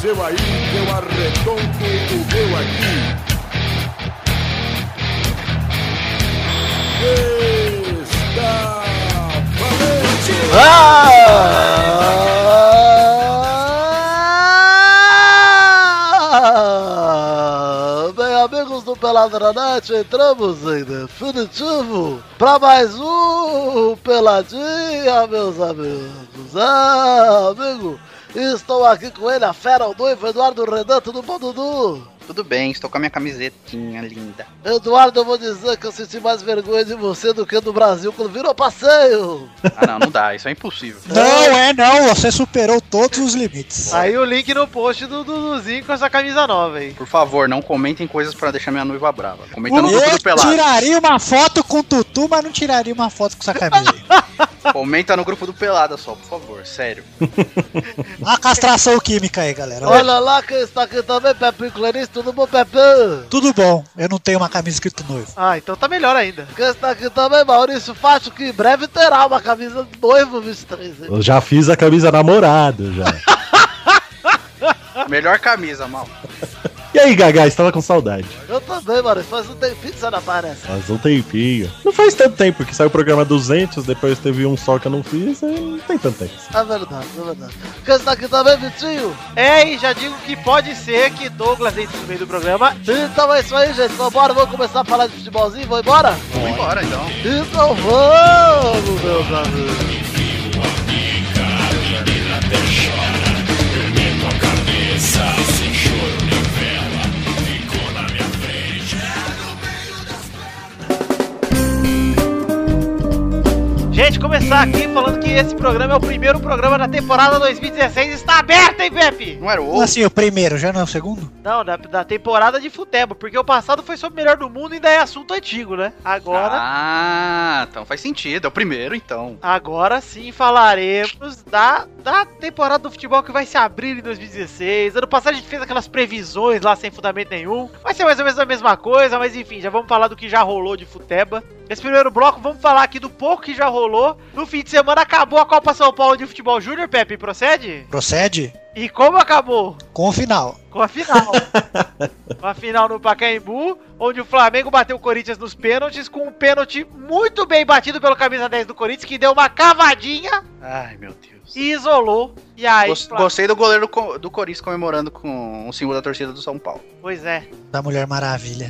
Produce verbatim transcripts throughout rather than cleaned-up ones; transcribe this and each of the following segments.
seu aí, que eu arredondo o meu aqui. Está valente! Ah! Bem, amigos do Peladranet, entramos em definitivo para mais um Peladinha, meus amigos. Ah, amigo, estou aqui com ele, a fera, o noivo Eduardo Renan, tudo bom, Dudu? Tudo bem, estou com a minha camisetinha linda. Eduardo, eu vou dizer que eu senti mais vergonha de você do que do Brasil quando virou passeio. Ah não, não dá, isso é impossível. Não é não, você superou todos os limites. Aí o link no post do Duduzinho com essa camisa nova aí. Por favor, não comentem coisas pra deixar minha noiva brava. Comenta no Eu grupo do Pelado. tiraria uma foto com o Tutu, mas não tiraria uma foto com essa camisa aí. Comenta no grupo do Pelada só, por favor, sério. A castração química aí, galera. Olha lá quem está aqui também, Pepe Clarice, tudo bom, Pepe? Tudo bom, eu não tenho uma camisa escrito noivo. Ah, então tá melhor ainda. Quem está aqui também, Maurício Fátio, que em breve terá uma camisa noivo, vinte e três. Eu já fiz a camisa namorado, já. Melhor camisa, mal. E aí, Gagá, estava com saudade? Eu também, Maurício, faz um tempinho que você não aparece. Faz um tempinho. Não faz tanto tempo, porque saiu o programa duzentos, depois teve um só que eu não fiz, aí não tem tanto tempo. É verdade, é verdade. Quem está aqui também, Vitinho? É, e já digo que pode ser que Douglas entre no meio do programa. Então é isso aí, gente. Vambora, vamos começar a falar de futebolzinho, vamos embora? Vamos embora, então. Então vamos, meus amigos. Gente, começar aqui falando que esse programa é o primeiro programa da temporada dois mil e dezesseis. Está aberto, hein, Pepe? Não era o Como outro? assim, o primeiro, já não é o segundo? Não, da, da temporada de futebol, porque o passado foi sobre o melhor do mundo e ainda é assunto antigo, né? Agora... Ah, então faz sentido, é o primeiro, então. Agora sim falaremos da, da temporada do futebol que vai se abrir em dois mil e dezesseis. Ano passado a gente fez aquelas previsões lá sem fundamento nenhum. Vai ser mais ou menos a mesma coisa, mas enfim, já vamos falar do que já rolou de futeba. Nesse primeiro bloco, vamos falar aqui do pouco que já rolou. No fim de semana acabou a Copa São Paulo de Futebol Júnior, Pepe, procede? Procede? E como acabou? Com o final. Com a final. Com a final no Pacaembu, onde o Flamengo bateu o Corinthians nos pênaltis, com um pênalti muito bem batido pelo camisa dez do Corinthians, que deu uma cavadinha. Ai, meu Deus. E isolou. E aí, Gost, Gostei do goleiro do, do Corinthians comemorando com o símbolo da torcida do São Paulo. Pois é. Da Mulher Maravilha.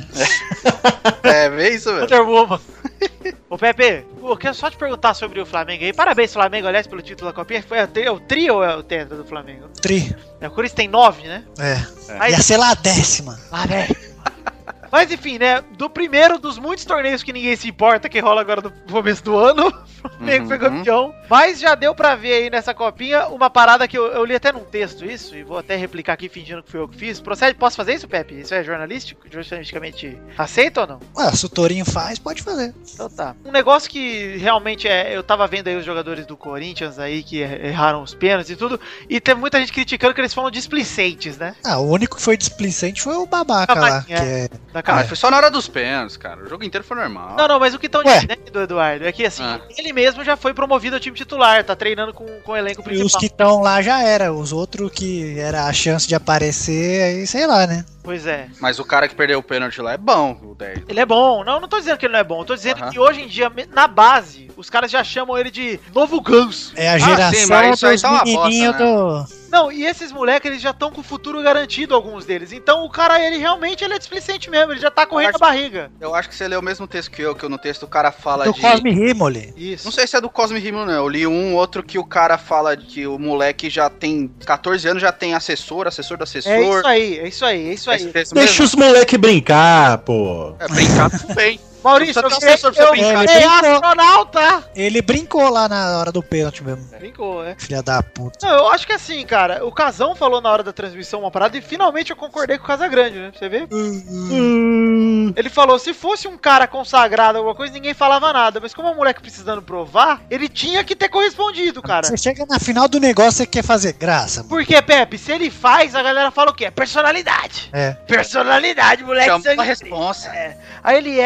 É, vê isso, velho. Wonder Woman. Ô Pepe, eu quero só te perguntar sobre o Flamengo aí. Parabéns, Flamengo, aliás, pelo título da Copinha. Foi o tri, o tri ou é o tetra do Flamengo? Tri. É, o Corinthians tem nove, né? É. Aí, Ia ser lá a décima. ah, né? Mas enfim, né? Do primeiro dos muitos torneios que ninguém se importa, que rola agora no começo do ano, o Flamengo Uhum. foi campeão. Mas já deu pra ver aí nessa copinha uma parada que eu, eu li até num texto isso, e vou até replicar aqui fingindo que fui eu que fiz. Procede, posso fazer isso, Pepe? Isso é jornalístico? Jornalisticamente aceito ou não? Ué, se o Torinho faz, pode fazer. Então tá. Um negócio que realmente é. Eu tava vendo aí os jogadores do Corinthians aí que erraram os pênaltis e tudo, e tem muita gente criticando que eles falam displicentes, né? Ah, o único que foi displicente foi o babaca lá. Babaquinha. Que é... Da Ah, cara. mas foi só na hora dos pênaltis, cara. O jogo inteiro foi normal. Não, não, mas o que estão Ué. dizendo, Eduardo, é que assim, Ah. ele mesmo já foi promovido ao time titular, tá treinando com, com o elenco E principal. os que estão lá já era. Os outros que era a chance de aparecer, aí sei lá, né? Pois é. Mas o cara que perdeu o pênalti lá é bom, o dez. Ele é bom. Não, não tô dizendo que ele não é bom. Eu tô dizendo Aham. que hoje em dia, na base, os caras já chamam ele de novo Ganso. É a Ah, geração sim, mas isso aí dos tá uma menininhos bosta, né? do... Não, e esses moleques, eles já estão com o futuro garantido, alguns deles. Então o cara, ele realmente ele é displicente mesmo. Ele já tá correndo acho- a barriga. Eu acho que você leu o mesmo texto que eu, que eu no texto o cara fala do de... Cosme Rimoli. Isso. Não sei se é do Cosme Rimmo, não. Eu li um outro que o cara fala que o moleque já tem catorze anos, já tem assessor, assessor do assessor. É isso aí, é isso aí, é isso aí. Esse texto Deixa mesmo? os moleque brincar, pô. É, brincar tudo bem. Maurício, Não eu precisa ter assessor pra eu você brincar. virei Ele brincou. astronauta! Ele brincou lá na hora do pênalti mesmo. Brincou, é. Filha da puta. Não, eu acho que assim, cara, o Casão falou na hora da transmissão uma parada e finalmente eu concordei com o Casagrande, né? Pra você ver? Ele falou, se fosse um cara consagrado, alguma coisa, ninguém falava nada. Mas como é um moleque precisando provar, ele tinha que ter correspondido, cara. Você chega na final do negócio e quer fazer graça, mano. Porque, Pepe, se ele faz, a galera fala o quê? Personalidade. É. Personalidade, moleque. Chama sangue a frio. responsa. É. Aí ele erra, ele é o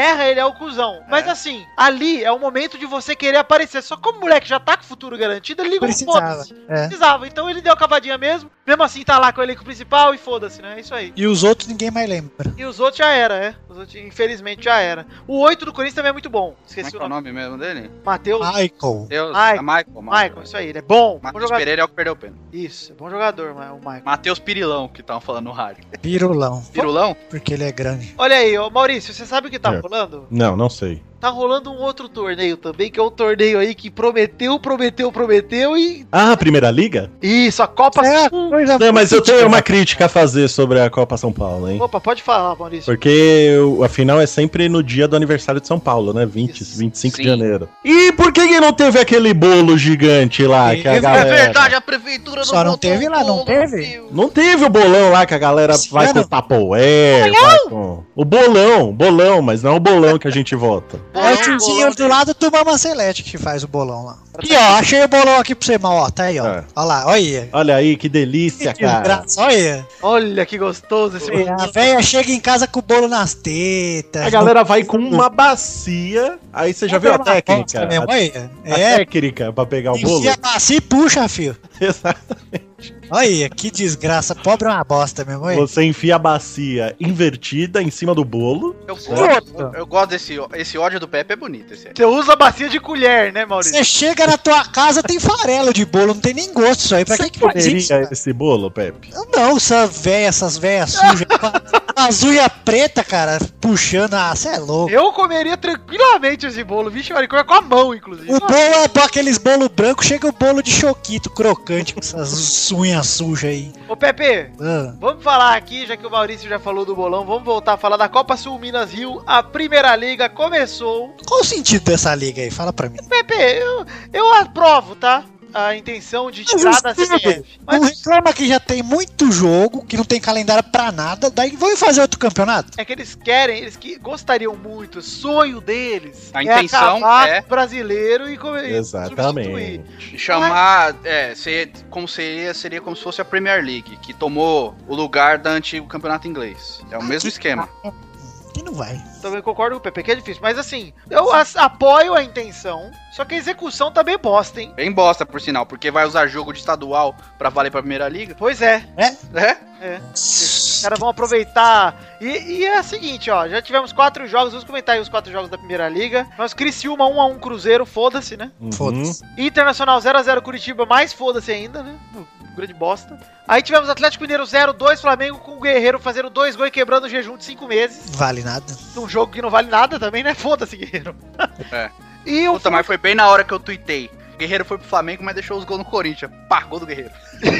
o cuzão. Mas assim, ali é o momento de você querer aparecer. Só que como o moleque já tá com o futuro garantido, ele liga um foda-se. É. Precisava. Então ele deu a cavadinha mesmo. Mesmo assim, tá lá com o elenco principal e foda-se, né? É isso aí. E os outros ninguém mais lembra. E os outros já era, é. Os outros, infelizmente, já era. O oito do Corinthians também é muito bom. Como é Esqueci que o é o nome. nome mesmo dele? Matheus. Michael. Deus, Michael. é Michael. Michael, isso aí. Ele é bom. bom Matheus jogador. Pereira é o que perdeu o pênalti. Isso, é bom jogador, mas o Michael. Matheus Pirilão, que estavam falando no rádio. Pirulão. Pirulão? Porque ele é grande. Olha aí, ô Maurício, você sabe o que tá É. rolando? Não, não sei. Tá rolando um outro torneio também, que é um torneio aí que prometeu, prometeu, prometeu e... Ah, Primeira Liga? Isso, a Copa... É a Sul. coisa Não, mas eu muito tenho uma idiota. crítica a fazer sobre a Copa São Paulo, hein? Opa, pode falar, Maurício. Porque o- a final é sempre no dia do aniversário de São Paulo, né? vinte, Isso. vinte e cinco de Sim. janeiro. E por que, que não teve aquele bolo gigante lá que a Teve, galera... a prefeitura Só não teve lá, não teve? Não teve o bolão lá que a galera Esse vai ano? com Tupperware, vai com... O bolão, bolão, mas não o bolão que a gente vota. É o tiozinho do lado do Mama Celeste que faz o bolão lá. Aqui, ó, achei o bolão aqui pra você, mal, ó, tá aí, ó. É. Olha lá, olha aí. Olha aí, que delícia, Que cara. desgraça, olha aí. Olha que gostoso esse É, A véia chega em casa com o bolo nas tetas. A galera vai com uma bacia, aí você já viu a técnica? Mesmo, A, olha aí. a É, técnica pra pegar o bolo? enfia a bacia e puxa, filho. Exatamente. Olha aí, que desgraça. Pobre é uma bosta mesmo, olha aí. Você enfia a bacia invertida em cima do bolo. Eu gosto, eu gosto desse esse ódio do Pepe, é bonito esse aí. Você usa a bacia de colher, né, Maurício? Você chega na tua casa, tem farelo de bolo, não tem nem gosto isso aí. Pra Você que que faz comeria isso? cara? esse bolo, Pepe? Eu não, essa véia, essas véias sujas, com as unhas pretas, cara, puxando. Ah, você é louco. Eu comeria tranquilamente esse bolo. Vixe, Maria, come com a mão, inclusive. O bolo é bom, aqueles bolo branco, chega o bolo de choquito, crocante, com essas unhas sujas aí. Ô, Pepe, Ah, vamos falar aqui, já que o Maurício já falou do bolão, vamos voltar a falar da Copa Sul Minas Rio. A Primeira Liga começou. qual o sentido dessa liga aí? Fala pra mim. Pepe, eu, eu aprovo, tá? A intenção de tirar da C B F. Não Mas reclama que já tem muito jogo, que não tem calendário pra nada, daí vamos fazer outro campeonato? é que eles querem, eles que gostariam muito, o sonho deles A é intenção acabar é- com o brasileiro e, co- e substituir. Exatamente. Chamar, é, ser, como seria, seria como se fosse a Premier League, que tomou o lugar da antigo campeonato inglês. É o mesmo esquema. Que não vai. Também concordo com o Pepe, que é difícil. Mas assim, eu as- apoio a intenção, só que a execução tá bem bosta, hein? Bem bosta, por sinal, porque vai usar jogo de estadual pra valer pra Primeira Liga. Pois é, É? é. Os caras vão aproveitar. E, e é o seguinte, ó. Já tivemos quatro jogos. Vamos comentar aí os quatro jogos da Primeira Liga. Nós Criciúma um a um Cruzeiro, foda-se, né? Uhum. Foda-se. Internacional zero a zero Curitiba, mais foda-se ainda, né? Grande bosta. Aí tivemos Atlético Mineiro zero a dois Flamengo com o Guerreiro fazendo dois gols e quebrando o jejum de cinco meses. Vale nada. Num jogo que não vale nada também, né? Foda-se, Guerreiro. É. E o Puta, mas foi bem na hora que eu tuitei. Guerreiro foi pro Flamengo, mas deixou os gols no Corinthians. Pá, gol do Guerreiro.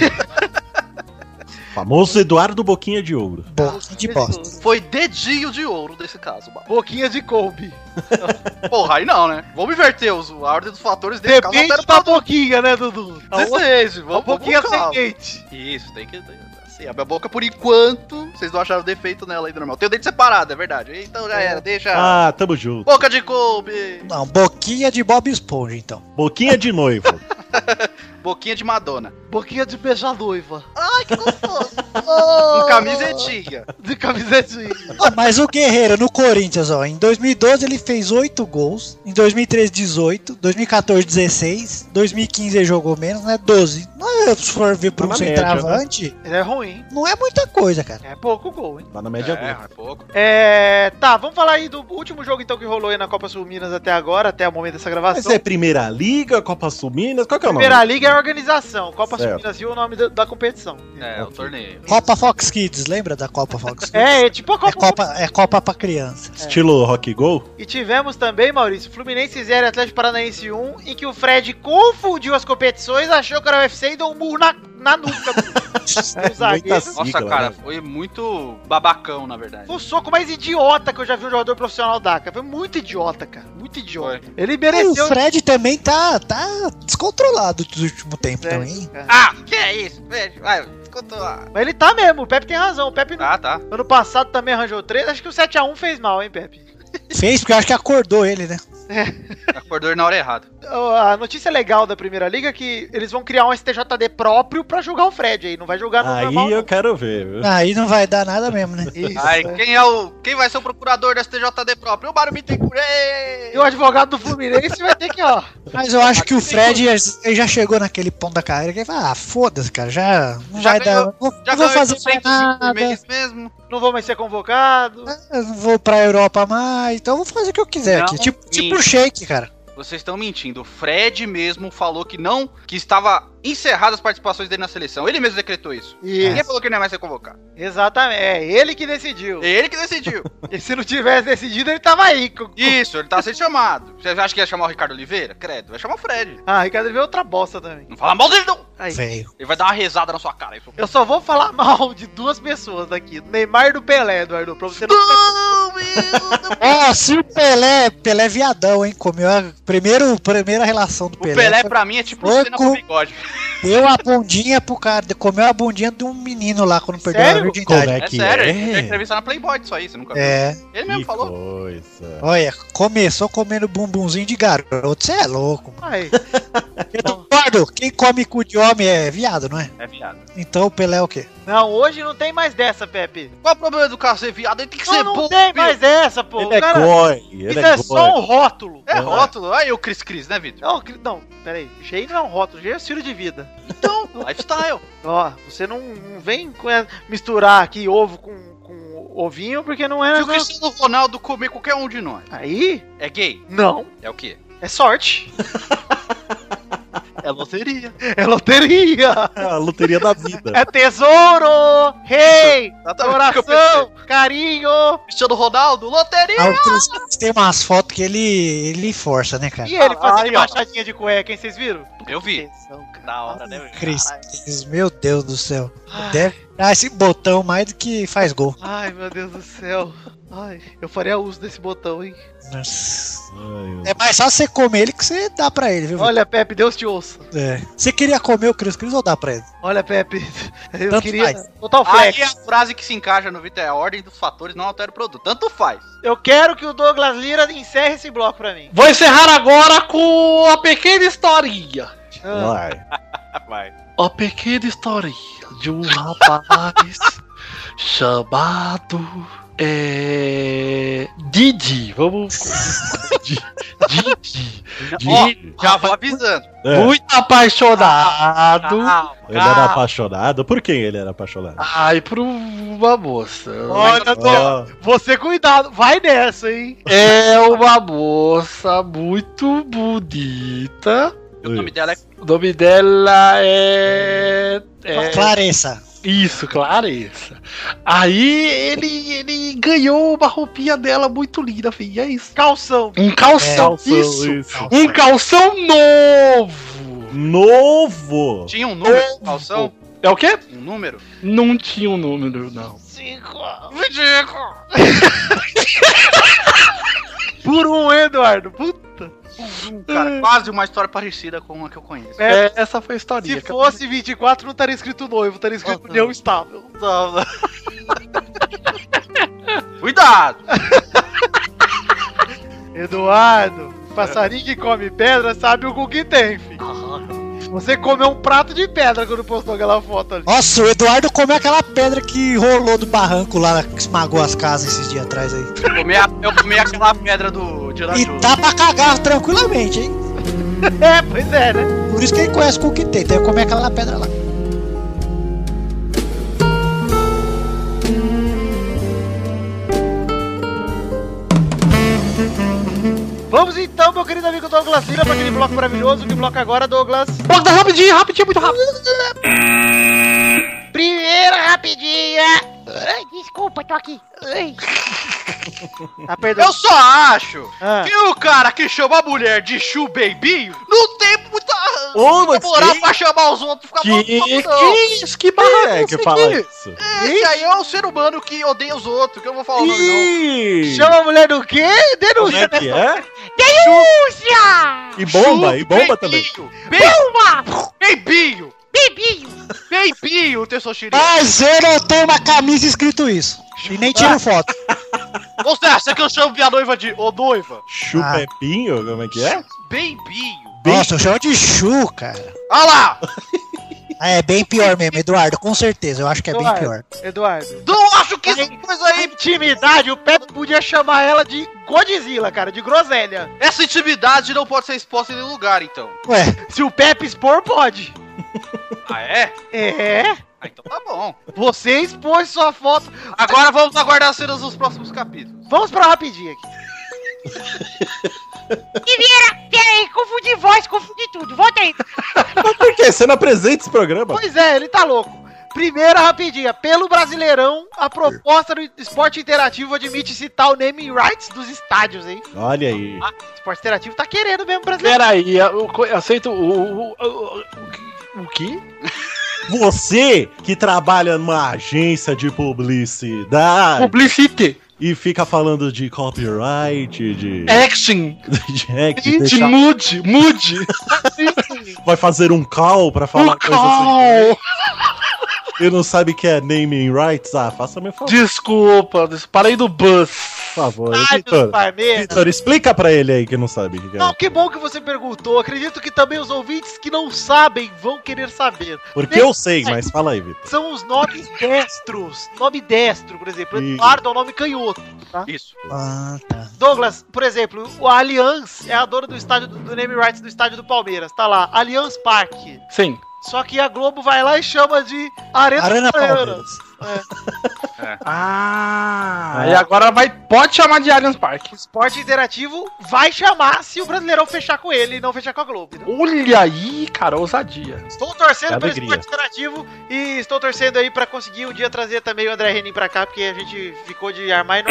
Famoso Eduardo Boquinha de Ouro. Boquinha de bosta. Foi dedinho de ouro nesse caso, mano. Boquinha de Kobe. Porra, aí não, né? Vamos inverter os, a ordem dos fatores desse caso. Depende da boquinha, né, Dudu? Dezesseis, A vamos, boquinha vamos com calma. sem dente. Isso, tem que... Assim, a minha boca, por enquanto, vocês não acharam defeito nela ainda, normal. Tem o dente separado, é verdade. Então já era, deixa... Ah, tamo junto. Boca de Kobe! Não, boquinha de Bob Esponja, então. Boquinha de noivo. Boquinha de Madonna. Boquinha de beijar noiva. Ai, que gostoso! Com camisetinha. De camisetinha. Ah, mas o Guerreiro no Corinthians, ó, em dois mil e doze ele fez oito gols, em dois mil e treze dezoito, dois mil e quatorze dezesseis, dois mil e quinze ele jogou menos, né, doze. Não é, se for ver por Tá um na média, centroavante, Ele é ruim. não é muita coisa, cara. É pouco gol, hein? Tá na média É, boa. é pouco. É. Tá, vamos falar aí do último jogo então que rolou aí na Copa Sul Minas até agora, até o momento dessa Mas gravação. é Primeira Liga, Copa Sul Minas, qual que é o nome? Primeira Liga é a organização, Copa Sul Certo. Minas Rio é o nome da, da competição. É, o torneio. Copa Fox Kids, lembra da Copa Fox Kids? É, é tipo a É Copa. Copa, é Copa pra criança. Estilo Rock Go? E tivemos também, Maurício, Fluminense zero e Atlético Paranaense um, em que o Fred confundiu as competições, achou que era o U F C e deu um murro na, na nuca do, do zagueiro. Muita Nossa, sigla, cara, né? foi muito babacão, na verdade. Foi o soco mais idiota que eu já vi um jogador profissional dar, cara. Foi muito idiota, cara. Muito idiota. Foi. Ele E o mereceu. Fred também tá, tá descontrolado dos últimos tempos É, também. cara. Ah, que é isso? Veja, vai, escuta lá. Mas ele tá mesmo, o Pepe tem razão. O Pepe Tá, tá. ano passado também arranjou três. Acho que o sete a um fez mal, hein, Pepe? Fez porque eu acho que acordou ele, né? Acordou na hora errada. A notícia legal da Primeira Liga é que eles vão criar um S T J D próprio pra jogar o Fred aí. Não vai jogar no Aí normal. eu não. quero ver, viu? Aí não vai dar nada mesmo, né? Isso, Aí, é. quem é o. Quem vai ser o procurador da S T J D próprio? O Mário Bittencourt. E o advogado do Fluminense vai ter que, ó. Mas eu acho que o Fred ele já chegou naquele ponto da carreira que ele fala, ah, foda-se, cara, já não Já vai ganhou- dar. Vou, Já não vou ganhou fazer oitocentos mais mil por nada. mês mesmo. Não vou mais ser convocado. Eu não vou pra Europa mais, então eu vou fazer o que eu quiser Não, aqui. Tipo, minto. tipo o Shake, cara. Vocês estão mentindo. O Fred mesmo falou que não, que estava encerradas as participações dele na seleção. Ele mesmo decretou isso. Isso. Ninguém falou que ele não ia mais ser convocado. Exatamente. É ele que decidiu. É ele que decidiu. E se não tivesse decidido, ele tava aí. com- Isso, ele tá sendo chamado. Você acha que ia chamar o Ricardo Oliveira? Credo, vai chamar o Fred. Ah, Ricardo veio outra bosta também. Não fala mal dele, não. Aí. Velho. Ele vai dar uma rezada na sua cara. Isso. Eu só vou falar mal de duas pessoas daqui. Do Neymar e do Pelé, Eduardo. Pra você não... Não, meu Ó, se o Pelé, Pelé é viadão, hein? Comeu a primeiro, primeira relação do O Pelé. Pelé, foi- pra mim, é tipo Foi o cena com- com bigode. Deu a bundinha pro cara, comeu a bundinha de um menino lá quando perdeu Sério? a virgindade. Como É, é que sério, é? ele deu entrevista na Playboy disso aí, você nunca viu. É, Ele mesmo Que falou. coisa. olha, começou comendo bumbumzinho de garoto. Você é louco, mano. Aí. Eduardo, quem come cu de homem é viado, não é? É viado. Então o Pelé é o quê? Não, hoje não tem mais dessa, Pepe. Qual o problema do cara ser viado? Ele tem que ser Não, não bom. tem filho. mais dessa, pô. Ele é Cara, goi, ele isso é é só um goi. rótulo. É rótulo. Aí o Cris Cris, né, Vitor? Não, cri- não, peraí. G não é um rótulo, G é estilo de vida. Então, lifestyle. Ó, você não, não vem com a- misturar aqui ovo com, com ovinho, porque não é... Se o não- Cristiano Ronaldo comer qualquer um de nós, Aí, é gay? não. É o quê? É sorte. É loteria. É loteria. É a loteria da vida. É tesouro. Rei. Exatamente o que eu Coração. Carinho. Cristiano Ronaldo, loteria! Ah, o Cris Cris tem umas fotos que ele, ele força, né, cara? E ele fazendo Aí, ó. baixadinha de cueca, hein? Vocês viram? Eu vi. Atenção, cara. Da hora, né, velho? Cris, Caralho. Cris, meu Deus do céu. Ai. Deve dar esse botão mais do que faz gol. Ai, meu Deus do céu. Ai, eu faria uso desse botão, hein? Nossa. Ai, meu É mais fácil você comer ele que você dá pra ele, viu? Olha, Pepe, Deus te ouça. É. Você queria comer o Cris Cris ou dá pra ele? Olha, Pepe, eu Tanto queria faz. botar o Aí flex. a frase que se encaixa no Vitor é a ordem dos fatores não altera o produto. Tanto faz. Eu quero que o Douglas Lira encerre esse bloco pra mim. Vou encerrar agora com a pequena historinha. Ah, Vai. Vai. A pequena historinha de um rapaz chamado é, Didi. Vamos. Di- Didi. Ó, Didi. já vou avisando. É, Muito apaixonado. Calma, ele era apaixonado. Por quem ele era apaixonado? Ai, por uma moça. Olha, Ó, você cuidado, vai nessa, hein? É uma moça muito bonita. O nome dela é. O nome dela é. é Clarissa. Isso, Clarissa. Aí ele, ele ganhou uma roupinha dela muito linda, filho. É isso. Calção. Um calção. calção, isso. isso. Um calção novo. Novo! Tinha um número de calção? É o quê? Um número? Não tinha um número, não. Cinco. Ridículo! Por um, Eduardo. Puta. Cara, quase uma história parecida com a que eu conheço. É, essa foi a historinha. Se que eu- fosse vinte e quatro, não estaria escrito noivo, estaria escrito Ah, união estável. Cuidado! Eduardo, passarinho que come pedra sabe o cu que tem, filho. Você comeu um prato de pedra quando postou aquela foto ali. Nossa, o Eduardo comeu aquela pedra que rolou do barranco lá, que esmagou as casas esses dias atrás aí. Eu comi, a- eu comi aquela pedra do de E Iraju. dá pra cagar tranquilamente, hein? É, pois é, né? Por isso que ele conhece com o que tem, tem que comer aquela pedra lá. Vamos então, meu querido amigo Douglas Lira, pra aquele bloco maravilhoso. Que bloco agora, Douglas? Bloco da rapidinho, rapidinho, muito rápido. Primeira rapidinha. Ai, desculpa, tô aqui. Ai. Ah, perdão. Eu só acho Ah. que o cara que chama a mulher de Chu Baby não tem muita Ô, mas moral quem- pra chamar os outros ficar Que, mal, que não. isso? Que Quem barraco é que esse fala aqui? isso? Esse aí é o ser humano que odeia os outros, que eu não vou falar o nome não. Ih, Chama a mulher do quê? como Denúncia, é que é? Denúncia! E bomba, e bomba também. Bomba! Bebinho! Bebinho! Bebinho, Tessoxiri. Mas eu não tenho uma camisa escrito isso. E nem tiro foto. Você acha que eu chamo minha noiva de ô noiva? Chupepinho? Como é que é? Bembinho. Nossa, eu chamo de Chu, cara. Olha lá! Ah, é bem pior mesmo, Eduardo, com certeza. Eu acho que é bem Eduardo, pior. Eduardo. Não acho que essa coisa aí. Intimidade, o Pepe podia chamar ela de Godzilla, cara, de groselha. Essa intimidade não pode ser exposta em nenhum lugar, então. Ué, Se o Pepe expor, pode. Ah, é? É. Ah, então tá bom. Você expôs sua foto. Agora vamos aguardar as cenas dos próximos capítulos. Vamos pra rapidinho aqui. E Vieira, peraí, confundi voz, confundi tudo. Volta aí. Mas por quê? Você não apresenta esse programa? Pois é, ele tá louco. Primeira rapidinha, pelo Brasileirão, a proposta do esporte interativo admite citar o naming rights dos estádios, hein? Olha aí. Ah, o esporte interativo tá querendo mesmo brasileiro. Peraí, eu, eu aceito o. O, o, o, o quê? Você que trabalha numa agência de publicidade Publicity. e fica falando de copyright, de, Action. de hack, de De deixar- mude. Mude. vai fazer um call pra falar O coisa call. e não sabe que é naming rights? Ah, faça meu favor, Desculpa, parei do bus. por favor. Ai, Vitor, dos Parmeiros. Vitor, explica pra ele aí que não sabe o que que é. Não, que bom que você perguntou. Acredito que também os ouvintes que não sabem vão querer saber. Porque eu sei, mas fala aí, Vitor. São os nomes destros. Nome destro, por exemplo. Isso. Eduardo é o nome canhoto. Isso. ah, tá. Douglas, por exemplo, o Allianz é a dona do estádio do, do name rights do estádio do Palmeiras. Tá lá, Allianz Parque. Sim. Só que a Globo vai lá e chama de Arena, Arena Palmeiras. Palmeiras. Ah, e agora vai, pode chamar de Allianz Parque. Esporte interativo vai chamar se o Brasileirão fechar com ele e não fechar com a Globo. Né? Olha aí, cara, ousadia. Estou torcendo Que pelo alegria. esporte interativo e estou torcendo aí pra conseguir um dia trazer também o André Henning pra cá, porque a gente ficou de armar e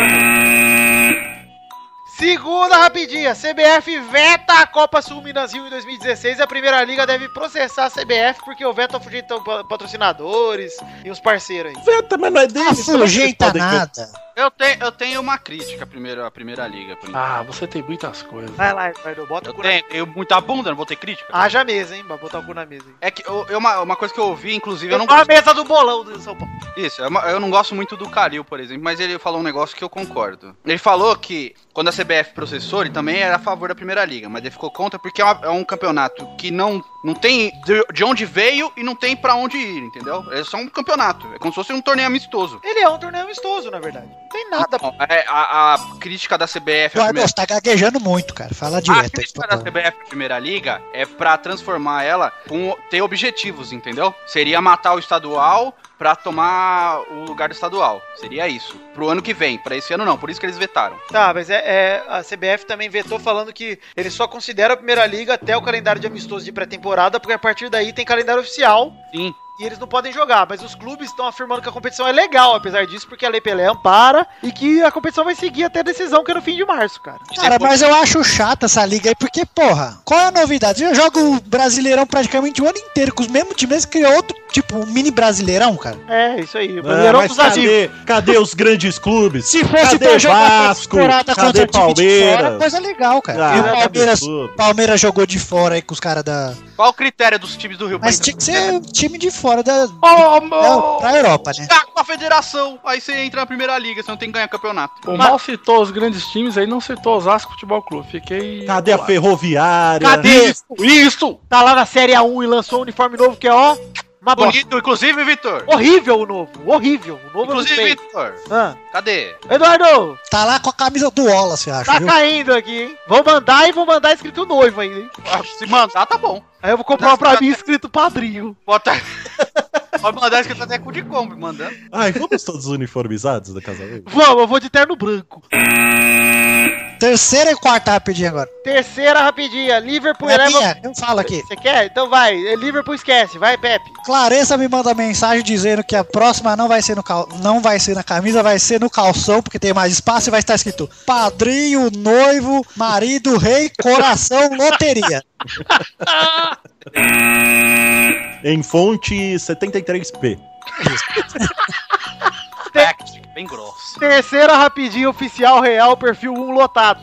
não. Segunda rapidinha, C B F veta a Copa Sul Minas Rio em dois mil e dezesseis e a Primeira Liga deve processar a C B F porque o veto afugentou pa- patrocinadores e uns parceiros aí. Veta, mas não é dele. Não como é que eles sujeita podem ver? nada. Eu tenho, eu tenho uma crítica à primeira, à primeira liga. por enquanto. Ah, você tem muitas coisas. Vai lá, Eduardo, bota Eu o cu na... tenho, tenho muita bunda, não vou ter crítica. Haja mesa, hein, pra botar o cu na mesa. Hein. É que eu, eu- uma, uma coisa que eu ouvi, inclusive, eu não Igual a gosto. mesa do bolão do São Paulo. Isso, eu, eu não gosto muito do Calil, por exemplo, mas ele falou um negócio que eu concordo. Ele falou que quando a C B F processou, ele também era a favor da Primeira Liga, mas ele ficou contra porque é, uma- é um campeonato que não, não tem de, de onde veio e não tem pra onde ir, entendeu? É só um campeonato, é como se fosse um torneio amistoso. Ele é um torneio amistoso, na verdade. Não tem nada. Bom, é, a, a crítica da C B F à Eduardo, primeira... você tá gaguejando muito, cara. Fala A direto aí, crítica por da favor. C B F à Primeira Liga é pra transformar ela com ter objetivos, entendeu? Seria matar o estadual pra tomar o lugar do estadual. Seria isso. Pro ano que vem, pra esse ano não, por isso que eles vetaram. Tá, mas é, é- a C B F também vetou falando que ele só considera a Primeira Liga até o calendário de amistosos de pré-temporada, porque a partir daí tem calendário oficial Sim. e eles não podem jogar. Mas os clubes estão afirmando que a competição é legal, apesar disso, porque a Lei Pelé ampara e que a competição vai seguir até a decisão, que é no fim de março, cara. Cara, mas eu acho chata essa liga aí, porque, porra, qual é a novidade? Eu jogo o Brasileirão praticamente o ano inteiro com os mesmos times, que é outro, tipo, um mini Brasileirão, cara. É, isso aí. O Ah, Brasileirão mas dos ativos. cadê, cadê os grandes clubes? Se fosse Cadê pra jogar Vasco? temporada Cadê contra time de fora, Palmeiras? coisa legal, cara. Ah, e o que Palmeiras, absurdo. Palmeiras jogou de fora aí com os caras da... Qual o critério dos times do Rio? Mas pra tinha que entrar? ser time de fora da... Ô, da pra Europa, né? Tá com a federação, aí você entra na Primeira Liga, você não tem que ganhar campeonato. O Mal citou os grandes times aí, não citou o Osasco Futebol Clube. Fiquei. Cadê a bolado. Ferroviária? Cadê? Isso, isso! Tá lá na Série A um e lançou um uniforme novo que é, ó, uma bosta. Bonito, inclusive, Vitor. Horrível o novo, horrível. O novo eu não Inclusive, sei. Vitor. Ah. Cadê? Eduardo, Tá lá com a camisa do Wallace, eu acho, tá viu? caindo aqui, hein? Vou mandar e vou mandar escrito noivo ainda, hein? Ah, se mandar, tá bom. Aí eu vou comprar um pra mim escrito padrinho. Bota. Pode mandar escrito até com de Kombi, mandando. Ai, vamos todos uniformizados da casamento? Vamos, eu vou de terno branco. Terceira e quarta rapidinho agora. Terceira rapidinha, Liverpool É eleva... minha, eu falo aqui. Você quer? Então vai, É Liverpool esquece, vai Pepe. Clarissa me manda mensagem dizendo que a próxima não vai ser no cal... não vai ser na camisa, vai ser no calção, porque tem mais espaço e vai estar escrito padrinho, noivo, marido, rei, coração, loteria. Em fonte setenta e três p. Fact, bem grosso. Terceira rapidinha oficial real, perfil um lotado.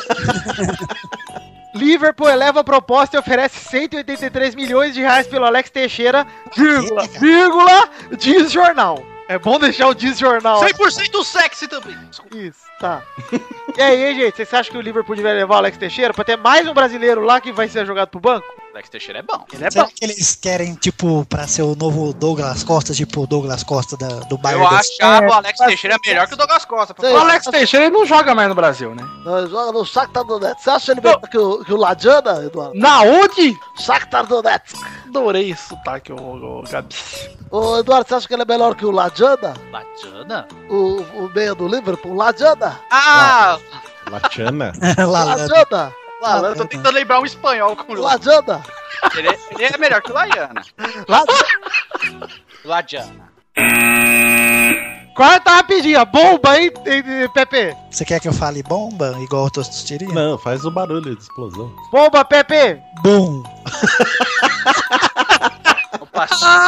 Liverpool eleva a proposta e oferece cento e oitenta e três milhões de reais pelo Alex Teixeira, vírgula, vírgula, diz jornal. É bom deixar o disjornal. cem por cento sexy também. Isso, tá. E aí, hein, gente? Vocês acham que o Liverpool deveria levar o Alex Teixeira pra ter mais um brasileiro lá que vai ser jogado pro banco? Alex Teixeira é bom. Ele é Será bom. que eles querem, tipo, pra ser o novo Douglas Costa, tipo o Douglas Costa da, do Bayern? Eu da- achava o Alex Teixeira melhor que o Douglas Costa. Sim. O Alex Teixeira ele não joga mais no Brasil, né? Não, joga no Shakhtar Donetsk. Você acha ele melhor que o, que o Ladiana, Eduardo? Na onde? Shakhtar Donetsk. Adorei esse sotaque, ô, ô Gabi. Ô, Eduardo, você acha que ele é melhor que o Ladiana? Ladiana? O, o meia do Liverpool? Ladiana? Ah! Latiana? Lalana. Ladiana? Lá, eu tô tentando lembrar um espanhol com o Ladiana? ele, é- ele é melhor que o Laiana. Ladiana? Ladiana. Quarta rapidinha, bomba, hein, hein, Pepe? Você quer que eu fale bomba, igual o Tostosterinha? Não, faz o barulho de explosão. Bomba, Pepe! Bum! Opa,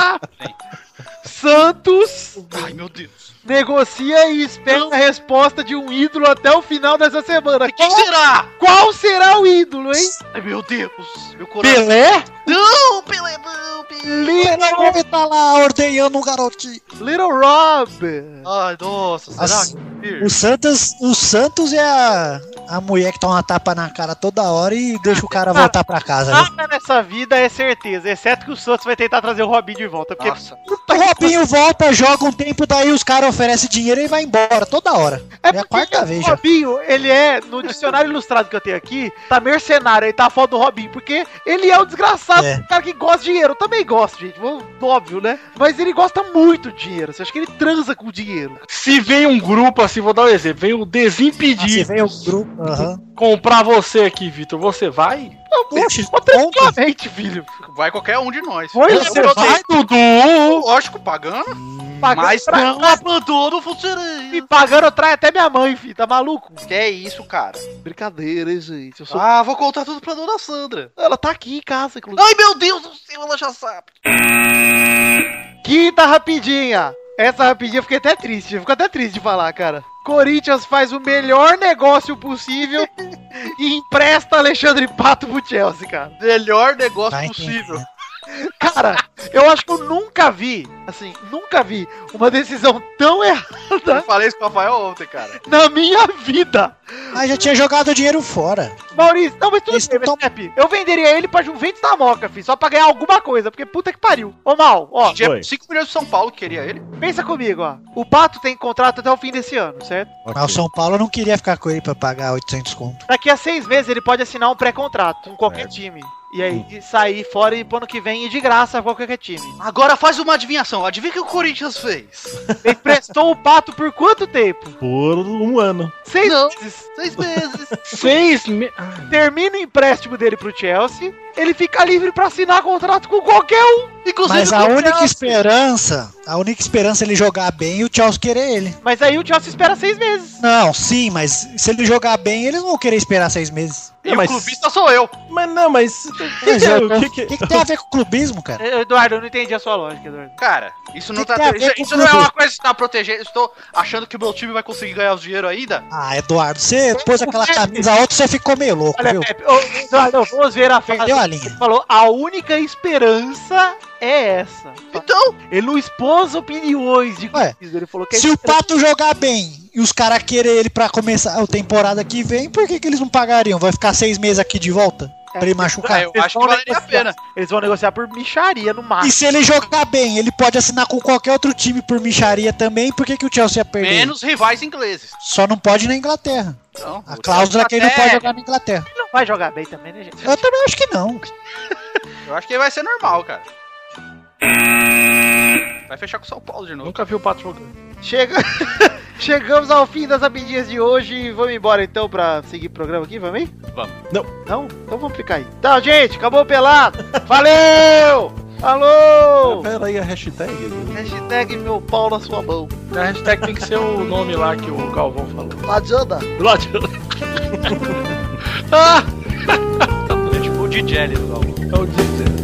Santos ai meu Deus. negocia e espera a resposta de um ídolo até o final dessa semana. Quem Qual, será? qual será o ídolo, hein? Ai meu Deus. Meu coração. Pelé? Não, Pelé não, Pelé. Little, Ele tá lá ordenhando um garotinho. Little Rob. Ai, nossa, será Nossa, que... O Santos, o Santos é a, a mulher que toma uma tapa na cara toda hora e deixa o cara voltar pra casa. Viu? Nada nessa vida é certeza, exceto que o Santos vai tentar trazer o Robinho de volta. Porque Nossa. O Robinho volta, joga um tempo, daí os caras oferecem dinheiro e vai embora toda hora. É, a quarta vez o já. Robinho, ele é, no dicionário ilustrado que eu tenho aqui, tá mercenário, aí tá a foto do Robinho, porque ele é um desgraçado, É. um cara que gosta de dinheiro. Eu também gosto, gente, óbvio, né? Mas ele gosta muito de dinheiro, você acha que ele transa com o dinheiro. Se vem um grupo assim, vou dar um exemplo, vem o Ah, se Desimpedidos vem o grupo, aham. comprar você aqui, Vitor, você vai? Poxa, Ó, tranquilamente, filho. Vai qualquer um de nós. Oi, Eu você botei- vai, Dudu? Lógico, pagando. Pagando Mas pra- não abandono o funcionário. Me pagando, trai até minha mãe, filho, tá maluco? Que é isso, cara? Brincadeira, hein, gente? Eu sou... Ah, vou contar tudo pra dona Sandra. Ela tá aqui em casa, inclusive. Ai, meu Deus do céu, ela já sabe. Quinta rapidinha. Essa rapidinha eu fiquei até triste. Eu fico até triste de falar, cara. Corinthians faz o melhor negócio possível e empresta Alexandre Pato pro Chelsea, cara. Melhor negócio Vai possível. entender. Cara, eu acho que eu nunca vi, assim, nunca vi uma decisão tão Eu errada falei isso com o Rafael ontem, cara. na minha vida. Mas já tinha jogado o dinheiro fora. Maurício, não, mas tudo Esse bem, mas, tom- Pepe, eu venderia ele pra Juventus da Moca, filho, só pra ganhar alguma coisa, porque puta que pariu. Ô, Mal, ó, Tinha Oi. cinco milhões de São Paulo que queria ele. pensa comigo, ó. O Pato tem contrato até o fim desse ano, certo? Mas o São Paulo não queria ficar com ele pra pagar oitocentos conto. Daqui a seis meses ele pode assinar um pré-contrato com qualquer time. E aí sair fora e pro ano que vem ir de graça pra qualquer time. Agora faz uma adivinhação. Adivinha o que o Corinthians fez? Ele prestou o Pato por quanto tempo? Por um ano. Seis Não. meses. Seis meses. Seis me... Termina o empréstimo dele pro Chelsea, ele fica livre pra assinar contrato com qualquer um. Inclusive Mas com a o única Chelsea. esperança, a única esperança é ele jogar bem e o Chelsea querer ele. Mas aí o Chelsea espera seis meses. Não, sim, mas se ele jogar bem, eles não vão querer esperar seis meses. E Não, mas- o clubista sou eu. Mas não, mas. Mas que- eu- o O que que, que- que tem a ver com clubismo, cara? Eh, Eduardo, eu não entendi a sua lógica, Eduardo. Cara, isso não Que tá. tem a ver Isso, com isso não é clube? uma coisa que tá protegendo. Estou achando que o meu time vai conseguir ganhar o dinheiro ainda. Ah, Eduardo, você pôs aquela camisa alta, você ficou meio louco, Olha, viu? Pepe, ô, Eduardo, vamos ver a frase. Perdeu a linha. Ele falou, a única esperança é essa. Então, Ele não expôs opiniões de Ué, clubismo, ele falou que é Se o Pato jogar bem e os caras querem ele pra começar a temporada que vem, por que, que eles não pagariam? Vai ficar seis meses aqui de volta? Pra ele machucar? é, eu acho que valeria a pena. Eles vão negociar por micharia no E máximo. se ele jogar bem, ele pode assinar com qualquer outro time por micharia também, por que, que o Chelsea ia perder? Menos rivais ingleses. Só não pode na Inglaterra. Então, A o cláusula é que ele não até- pode jogar na Inglaterra. Ele não vai jogar bem também, né, gente? Eu também acho que não. Eu acho que vai ser normal, cara. Vai fechar com o São Paulo de novo. Nunca vi o Pato jogando. Chega... Chegamos ao fim das rapidinhas de hoje. Vamos embora então pra seguir o programa aqui, vamos aí? Vamos. Não. Não? Então vamos ficar aí. Tchau, gente. Acabou o pelado. Valeu! Alô! Pera aí a hashtag. Hashtag meu pau na sua mão. A hashtag tem que ser o nome lá que o Galvão falou. Ladiana. Lógico. Ah! É tipo o D J ali do Galvão. É o Dieter.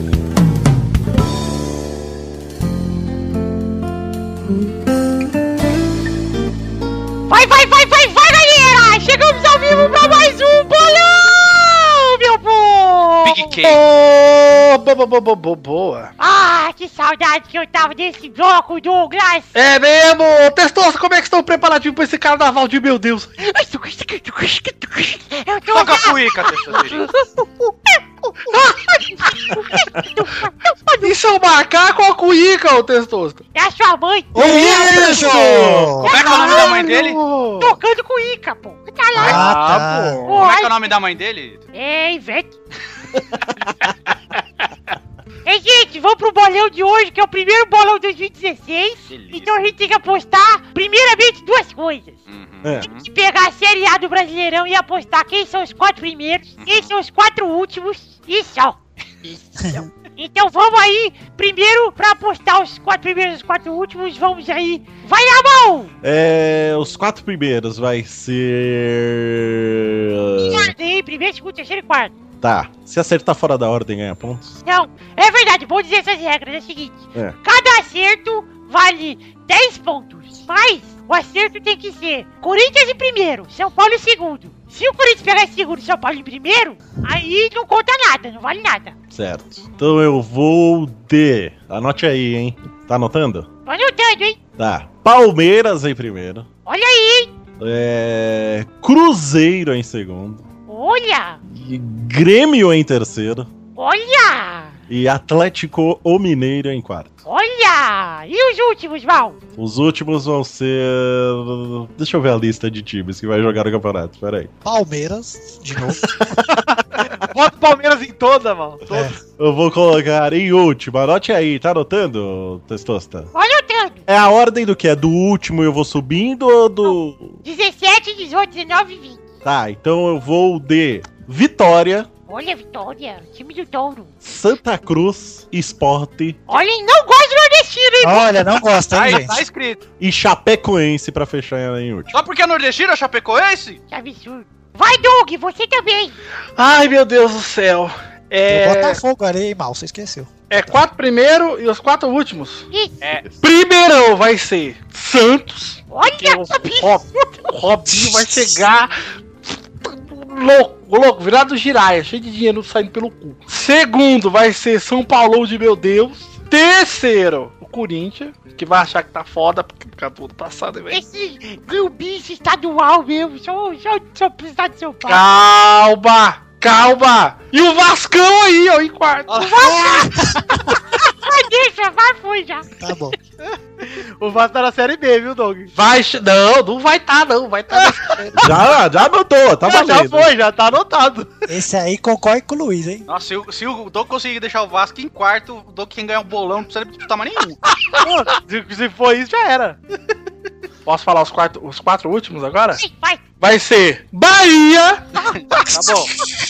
Vai, vai, vai, vai, vai, galera! Chegamos ao vivo pra mais um bolão, meu povo! Big K. Ô, boa, boa, boa, boa, boa. Ah, que saudade que eu tava desse bloco, Douglas. É mesmo? Testoso, como é que estão preparadinhos pra esse carnaval de meu Deus? Eu tô Toca a cuíca, Testosterone. Isso é um macaco ou cuíca, ô Testoso? É a sua mãe. Ô, bicho! Como é que é o nome da mãe dele? Tocando com Ica, pô. Tá lá. Ah, tá. bom. Como é que é o nome da mãe dele? É, Ivete. Ei, gente, vamos pro bolão de hoje, que é o primeiro bolão de dois mil e dezesseis. Delícia. Então a gente tem que apostar, primeiramente, duas coisas. Uhum. É. Tem que pegar a Série A do Brasileirão e apostar quem são os quatro primeiros, quem são os quatro últimos e só. Então vamos aí, primeiro, pra apostar os quatro primeiros e os quatro últimos, vamos aí. Vai na mão! É, os quatro primeiros vai ser. Em ordem, hein? Primeiro, segundo, terceiro e quarto. Tá. Se acertar fora da ordem, ganha pontos. Não, é verdade, vou dizer essas regras, é o seguinte. É. Cada acerto vale dez pontos, mas o acerto tem que ser Corinthians em primeiro, São Paulo em segundo. Se o Corinthians pegar em segundo e São Paulo em primeiro, aí não conta nada, não vale nada. Certo. Então eu vou de. Anote aí, hein? Tá anotando? Tô anotando, hein? Tá. Palmeiras em primeiro. Olha aí, hein? É. Cruzeiro em segundo. Olha, E Grêmio em terceiro. olha, E Atlético o Mineiro em quarto. olha. E os últimos, Val? Os últimos vão ser. Deixa eu ver a lista de times que vai jogar no campeonato. Pera aí. Palmeiras, de novo. Bota o Palmeiras em toda, mano. Toda. É. Eu vou colocar em último. Anote aí, tá anotando, Testosta? Tô anotando. É a ordem do que? É do último eu vou subindo ou do. dezessete, dezoito, dezenove e vinte. Tá, então eu vou de Vitória, Olha, Vitória, time do Touro. Santa Cruz, Sport Olha, e não gosto do nordestino, hein? Olha, não gosta, hein, Aí, gente? tá escrito. e Chapecoense pra fechar em último. Só porque é nordestino, é chapecoense? Que absurdo. Vai, Doug, você também. Ai, meu Deus do céu. O É, Botafogo ali, hein, mal, você esqueceu. é quatro primeiro e os quatro últimos. Isso. É. Primeirão vai ser Santos. Olha, Que o que absurdo. Rob- Robinho vai chegar louco, louco, virado do giraia, cheio de dinheiro saindo pelo cu. Segundo vai ser São Paulo de meu Deus. Terceiro, o Corinthians, que vai achar que tá foda porque acabou do passado, velho. Esse clubista estadual mesmo, só, só, só precisar de São Paulo. Calma, calma. E o Vascão aí, ó, em quarto. Vai, deixa, vai, foi já. Tá bom. O Vasco tá na Série B, viu, Doug? Vai, che- não, não vai tá, não, vai tá. Já, já anotou, tá Já, já valendo. foi, já tá anotado. Esse aí concorre com o Luiz, hein? Nossa, se o, se o Doug conseguir deixar o Vasco em quarto, o Doug quem ganhar um bolão não precisa disputar mais nenhum. se, se for isso, já era. Posso falar os quatro, os quatro últimos agora? Sim, vai. Vai ser Bahia. Tá bom.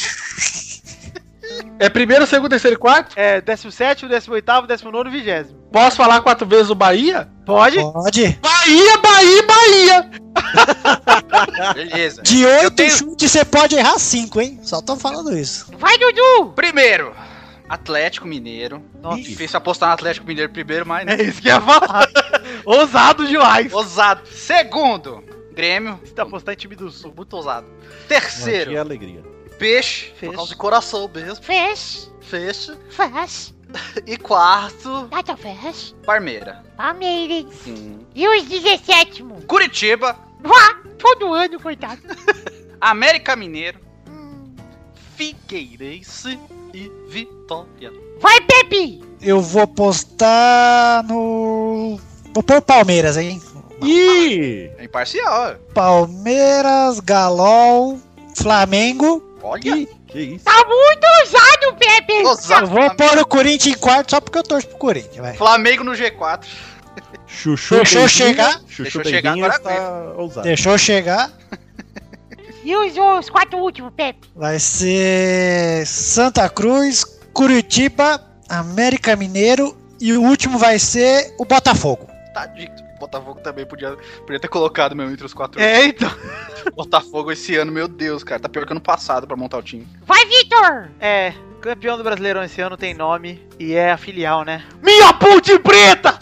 É primeiro, segundo, terceiro e quarto? É décimo sétimo, décimo oitavo, décimo nono e vigésimo. Posso falar quatro vezes o Bahia? Pode? Pode. Bahia, Bahia, Bahia! Beleza. De Eu oito tenho- chutes você pode errar cinco, hein? Só tô falando isso. Vai, Dudu. Primeiro, Atlético Mineiro. Nossa. Difícil apostar no Atlético Mineiro primeiro, mas né? É isso que eu ia falar. Ousado demais. Ousado. Segundo, Grêmio. Você tá apostando em time do Sul. Muito ousado. Que Terceiro, alegria. Peixe. Por causa de coração mesmo. Fez, Fecha. faz, E quarto. nada fez. Parmeira. Palmeiras. Sim. E os dezessétimo? Curitiba. Vá, todo ano, coitado. América Mineiro. Hum. Figueirense e Vitória. Vai, Pepe. Eu vou postar no. Vou pôr Palmeiras, hein? Ih! É imparcial, ó. Palmeiras, Galol, Flamengo. Olha. Que, que isso? Tá muito ousado, Pepe. Eu Ousado. vou pôr o Corinthians em quarto só porque eu torço pro Corinthians, vai. Flamengo no G quatro. Chuchu Deixou Beibinha- chegar. Chuchu Deixou chegar, Beibinha agora está ousado. Deixou chegar. E os, os quatro últimos, Pepe? Vai ser Santa Cruz, Curitiba, América Mineiro e o último vai ser o Botafogo. Tá dito. Botafogo também podia, podia ter colocado mesmo entre os quatro. É, então. Botafogo esse ano, meu Deus, cara. Tá pior que ano passado pra montar o time. Vai, Vitor. É, campeão do Brasileirão esse ano tem nome e é a filial, né? Minha Ponte Preta!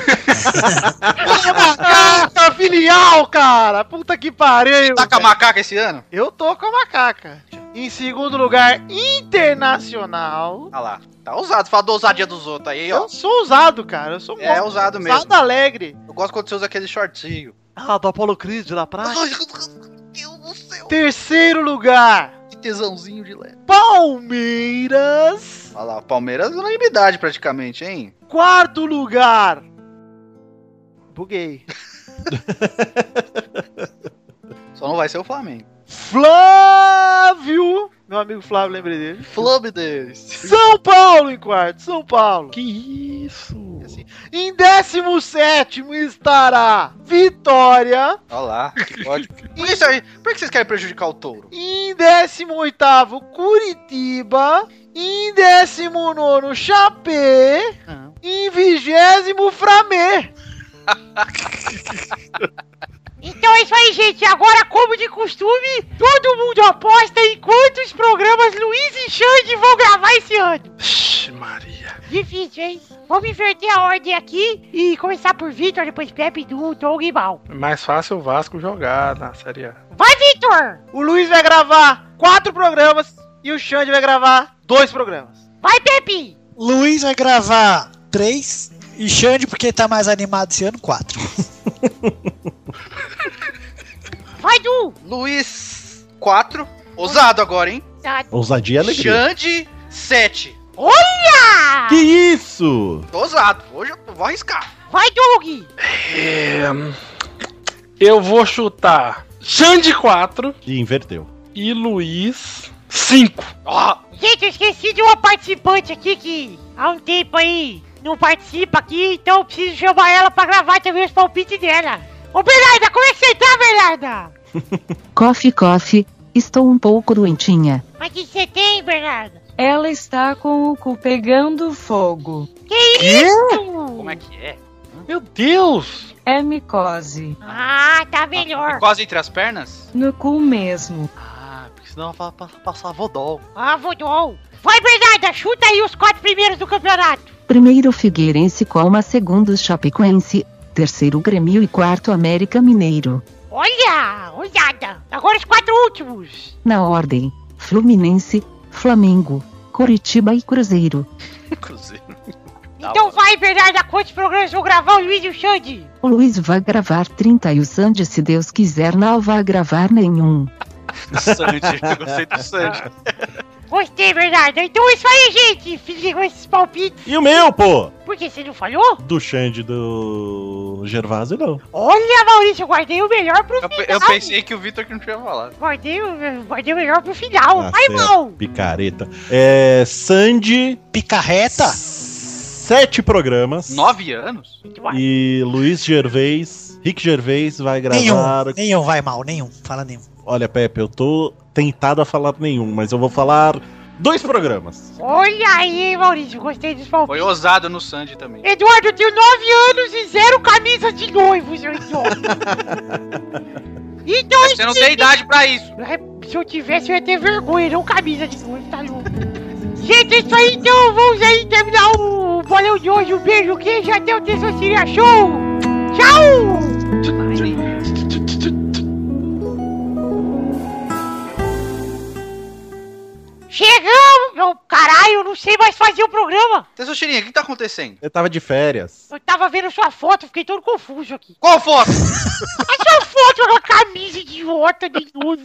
Macaca, filial, cara! Puta que pariu! Tá com a macaca esse ano? Eu tô com a macaca. Em segundo lugar, Internacional. Ah lá. Tá ousado, fala da ousadia dos outros aí, ó. Eu sou ousado, cara. Eu sou É, mó- ousado mesmo. Ousado alegre. Eu gosto quando você usa aquele shortinho. Ah, do Apollo Creed na praia. Ai, meu Deus do céu. Terceiro lugar. Que tesãozinho de leve. Palmeiras. Olha lá, Palmeiras unanimidade praticamente, hein? Quarto lugar. Buguei. Só não vai ser o Flamengo. Flávio. Meu amigo Flávio, lembrei dele. Flamengo. São Paulo em quarto. São Paulo. Que isso? Em décimo sétimo estará Vitória. Olha lá. Pode. Por que, isso aí? Por que vocês querem prejudicar o touro? Em décimo oitavo Curitiba. Em décimo nono Chapé. Em vigésimo Framé. Então é isso aí, gente. Agora, como de costume, todo mundo aposta em quantos programas Luiz e Xande vão gravar esse ano. Ixi, Maria. Difícil, hein? Vamos inverter a ordem aqui e começar por Vitor, depois Pepe, Du, Doug e Mal. É mais fácil o Vasco jogar na Série A. Vai, Vitor! O Luiz vai gravar quatro programas e o Xande vai gravar dois programas. Vai, Pepe! Luiz vai gravar três e Xande, porque tá mais animado esse ano, quatro. Vai, Du! Luiz, quatro. Ousado agora, hein? Tá. Ousadia e alegria. Xande, sete. Olha! Que isso? Tô ousado. Hoje eu vou arriscar. Vai, Doug! É, eu vou chutar Xande quatro E inverteu. e Luiz cinco. Ó, Gente, eu esqueci de uma participante aqui que há um tempo aí não participa aqui, então eu preciso chamar ela pra gravar também os palpites dela. Ô, Bernarda, como é que você tá, Bernarda? Coffee, coffee, estou um pouco doentinha. Mas o que você tem, Bernarda? Ela está com o cu pegando fogo. Que isso? como é que é? Meu Deus! É micose. Ah, tá melhor. Quase entre as pernas? No cu mesmo. Ah, porque senão vai passar vodol. Ah, Vodol. Vai, Bernarda, chuta aí os quatro primeiros do campeonato. Primeiro Figueirense, Colma, segundo Chapecoense, terceiro Grêmio e quarto América Mineiro. Olha, olhada. Agora os quatro últimos. Na ordem, Fluminense, Flamengo, Coritiba e Cruzeiro. Cruzeiro. Então vai, Bernarda, quantos programas vão gravar o Luiz e o Xande? O Luiz vai gravar trinta e o Sandy, se Deus quiser, não vai gravar nenhum. Sandy, eu gostei do Sandy. Gostei, Bernarda. Então é isso aí, gente. Fiquem com esses palpites. E o meu, pô? Por que você não falou? Do Xande do Gervásio, não. Olha, Maurício, eu guardei o melhor pro Eu, final. eu pensei que o Vitor que não tinha falado. Guardei, o- guardei o melhor pro final. Ah, Vai, certo. mal. Picareta. É. Sandy, Picarreta? sete programas. Nove anos? E Luiz Gervais, Rick Gervais vai Nenhum, gravar. nenhum vai mal, nenhum. Fala nenhum. Olha, Pepe, eu tô tentado a falar nenhum, mas eu vou falar dois programas. Olha aí, Maurício, gostei dos palpites. Foi ousado no Sandy também. Eduardo, eu tenho nove anos e zero camisa de noivo, seu idiota. Então, Você não tem idade pra isso. se eu tivesse, eu ia ter vergonha, não camisa de noivo, tá louco. Gente, é isso aí, então vamos aí terminar o bolão de hoje. Um beijo, queijo, até o Testosteria Show. Tchau! Chegamos! Meu, caralho, eu não sei mais fazer o programa. Tessoxirinha, o que tá acontecendo? Eu tava de férias. Eu tava vendo sua foto, fiquei todo confuso aqui. Qual foto? A sua foto com a camisa idiota de noivo.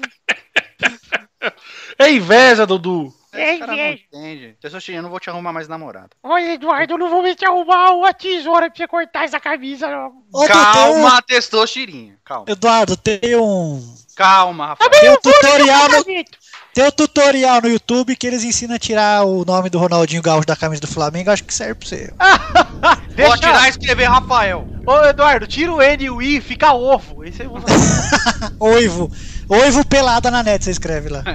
É inveja, Dudu. É Esse cara não inveja. entende. Tessoxirinha, eu não vou te arrumar mais namorada. Olha, Eduardo, eu não vou me te arrumar uma tesoura pra você cortar essa camisa, não. Ô, Calma, Tessoxirinha. Calma. Eduardo, tem um. Calma, Rafael. Tem um tutorial no, Casamento. tem um tutorial no YouTube que eles ensinam a tirar o nome do Ronaldinho Gaúcho da camisa do Flamengo. Acho que serve pra você. Vou tirar e escrever Rafael. Ô, Eduardo, tira o N e o I, fica ovo. Esse aí eu vou fazer. Oivo. Oivo pelada na net, você escreve lá.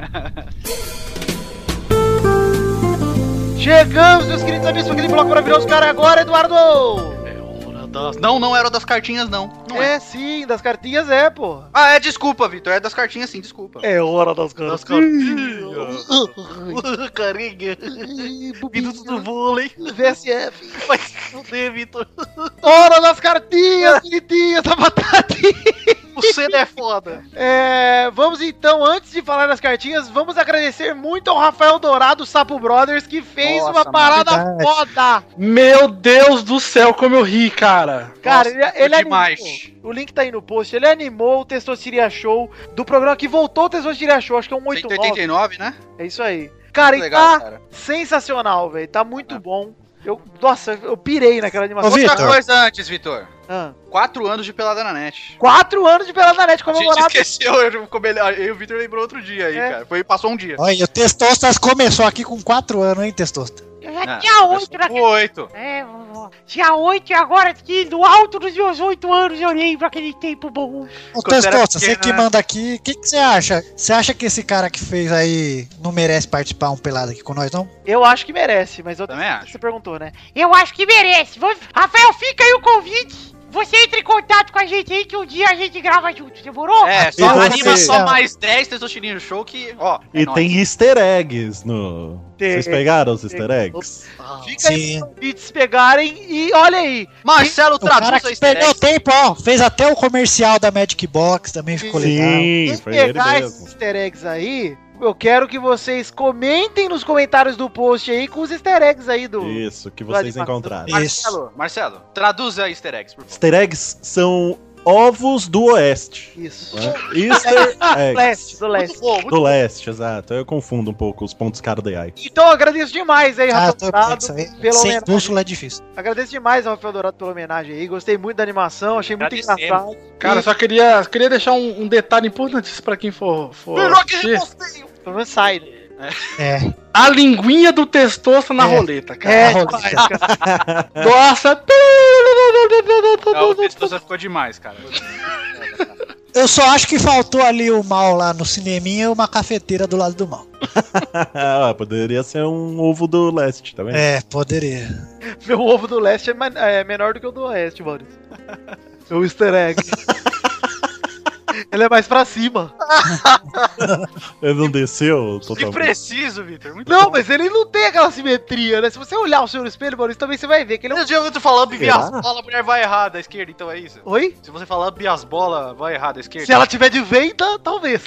Chegamos, meus queridos amigos, para aquele bloco maravilhoso, cara, agora, Eduardo! É hora das... Não, não era das cartinhas, não. Não é. É sim, das cartinhas é, pô. Ah, é, desculpa, Vitor. É das cartinhas, sim, desculpa. É hora das Das cartinhas. cartinhas. Carinha. Minutos do vôlei. V S F. Vai fuder, Vitor. Hora das cartinhas, bonitinhas, da batatinha. O Senna é foda. É, vamos então, antes de falar das cartinhas, vamos agradecer muito ao Rafael Dourado, Sapo Brothers, que fez Nossa, uma parada verdade. foda. Meu Deus do céu, como eu ri, cara. Cara, Nossa, ele, ele foi demais. animou. O link tá aí no post. Ele animou o Testosteria Show do programa que voltou o Testosteria Show, acho que é um oito cento e oitenta e nove, né? É isso aí. Cara, e Legal, tá cara. sensacional, velho. Tá muito bom. Eu, nossa, eu pirei naquela animação. Ô, Vitor. Outra coisa antes, Vitor. Ah. Quatro anos de Pelada na Net. Quatro anos de Pelada na Net A gente comemorado. esqueceu, eu, como ele- eu e o Vitor lembrou outro dia aí, É. cara. Foi, passou um dia. Olha, o Testostas começou aqui com quatro anos, hein, Testosta? Eu já Ah, tinha oito começou naquele... com oito. É, vovó. Tinha oito e agora aqui, no alto dos meus oito anos, eu lembro aquele tempo bom. Ô, Quando era Testosta, você pequeno, que né? manda aqui, o que que você acha? Você acha que esse cara que fez aí não merece participar um pelado aqui com nós, não? Eu acho que merece, mas eu Também acho. você perguntou, né? Eu acho que merece. Vamos- Rafael, fica aí o convite. Você entra em contato com a gente aí que um dia a gente grava junto, demorou? É, só E você- anima só mais dez Testosterinho Show que, ó. é E nóis. tem easter eggs no. Tem. Vocês pegaram os easter eggs? Fica aí Sim. os convites pegarem e olha aí. Marcelo O cara traduz a que easter perdeu eggs. tempo, ó, fez até o comercial da Magic Box, também ficou legal. Sim, Quem foi ele pegar esses mesmo. easter eggs aí, eu quero que vocês comentem nos comentários do post aí com os easter eggs aí do... Isso, que do vocês animação. encontraram. Isso. Marcelo, Marcelo, traduza a easter eggs, por favor. Easter eggs são ovos do oeste. Isso. Né? Easter eggs. Leste, do leste. Muito bom, muito Do leste, exato. Eu confundo um pouco os pontos cardeais. Então eu agradeço demais aí, Ah, Rafael tô Dourado, isso aí. pela Sem homenagem. bússola é difícil. Agradeço demais ao Rafael Dourado pela homenagem aí. Gostei muito da animação, achei muito Agradecemos. engraçado. Cara, E só queria, queria deixar um, um detalhe importantíssimo pra quem for, for Melhor que assistir. reposteio. pelo menos sai. né? É. A linguinha do Testosta na É. roleta, cara. É, a roleta. demais, cara. Nossa. Não, o Testosta ficou demais, cara. Eu só acho que faltou ali o mal lá no cineminha e uma cafeteira do lado do mal. Ah, poderia ser um ovo do leste, tá vendo? É, poderia. Meu ovo do leste é, man- é menor do que o do oeste, Maurício. O easter egg. Ele é mais pra cima. Ele não desceu Que totalmente. preciso, Vitor. Muito Não, bom. mas ele não tem aquela simetria, né? Se você olhar o seu espelho, Maurício, também você vai ver que ele é um... Eu já ouvi tu falando bi as Será? bolas, a mulher vai errar da esquerda, então é isso. Oi? Se você falar bi as bolas, vai errar da esquerda. Se ela tiver de venda, talvez.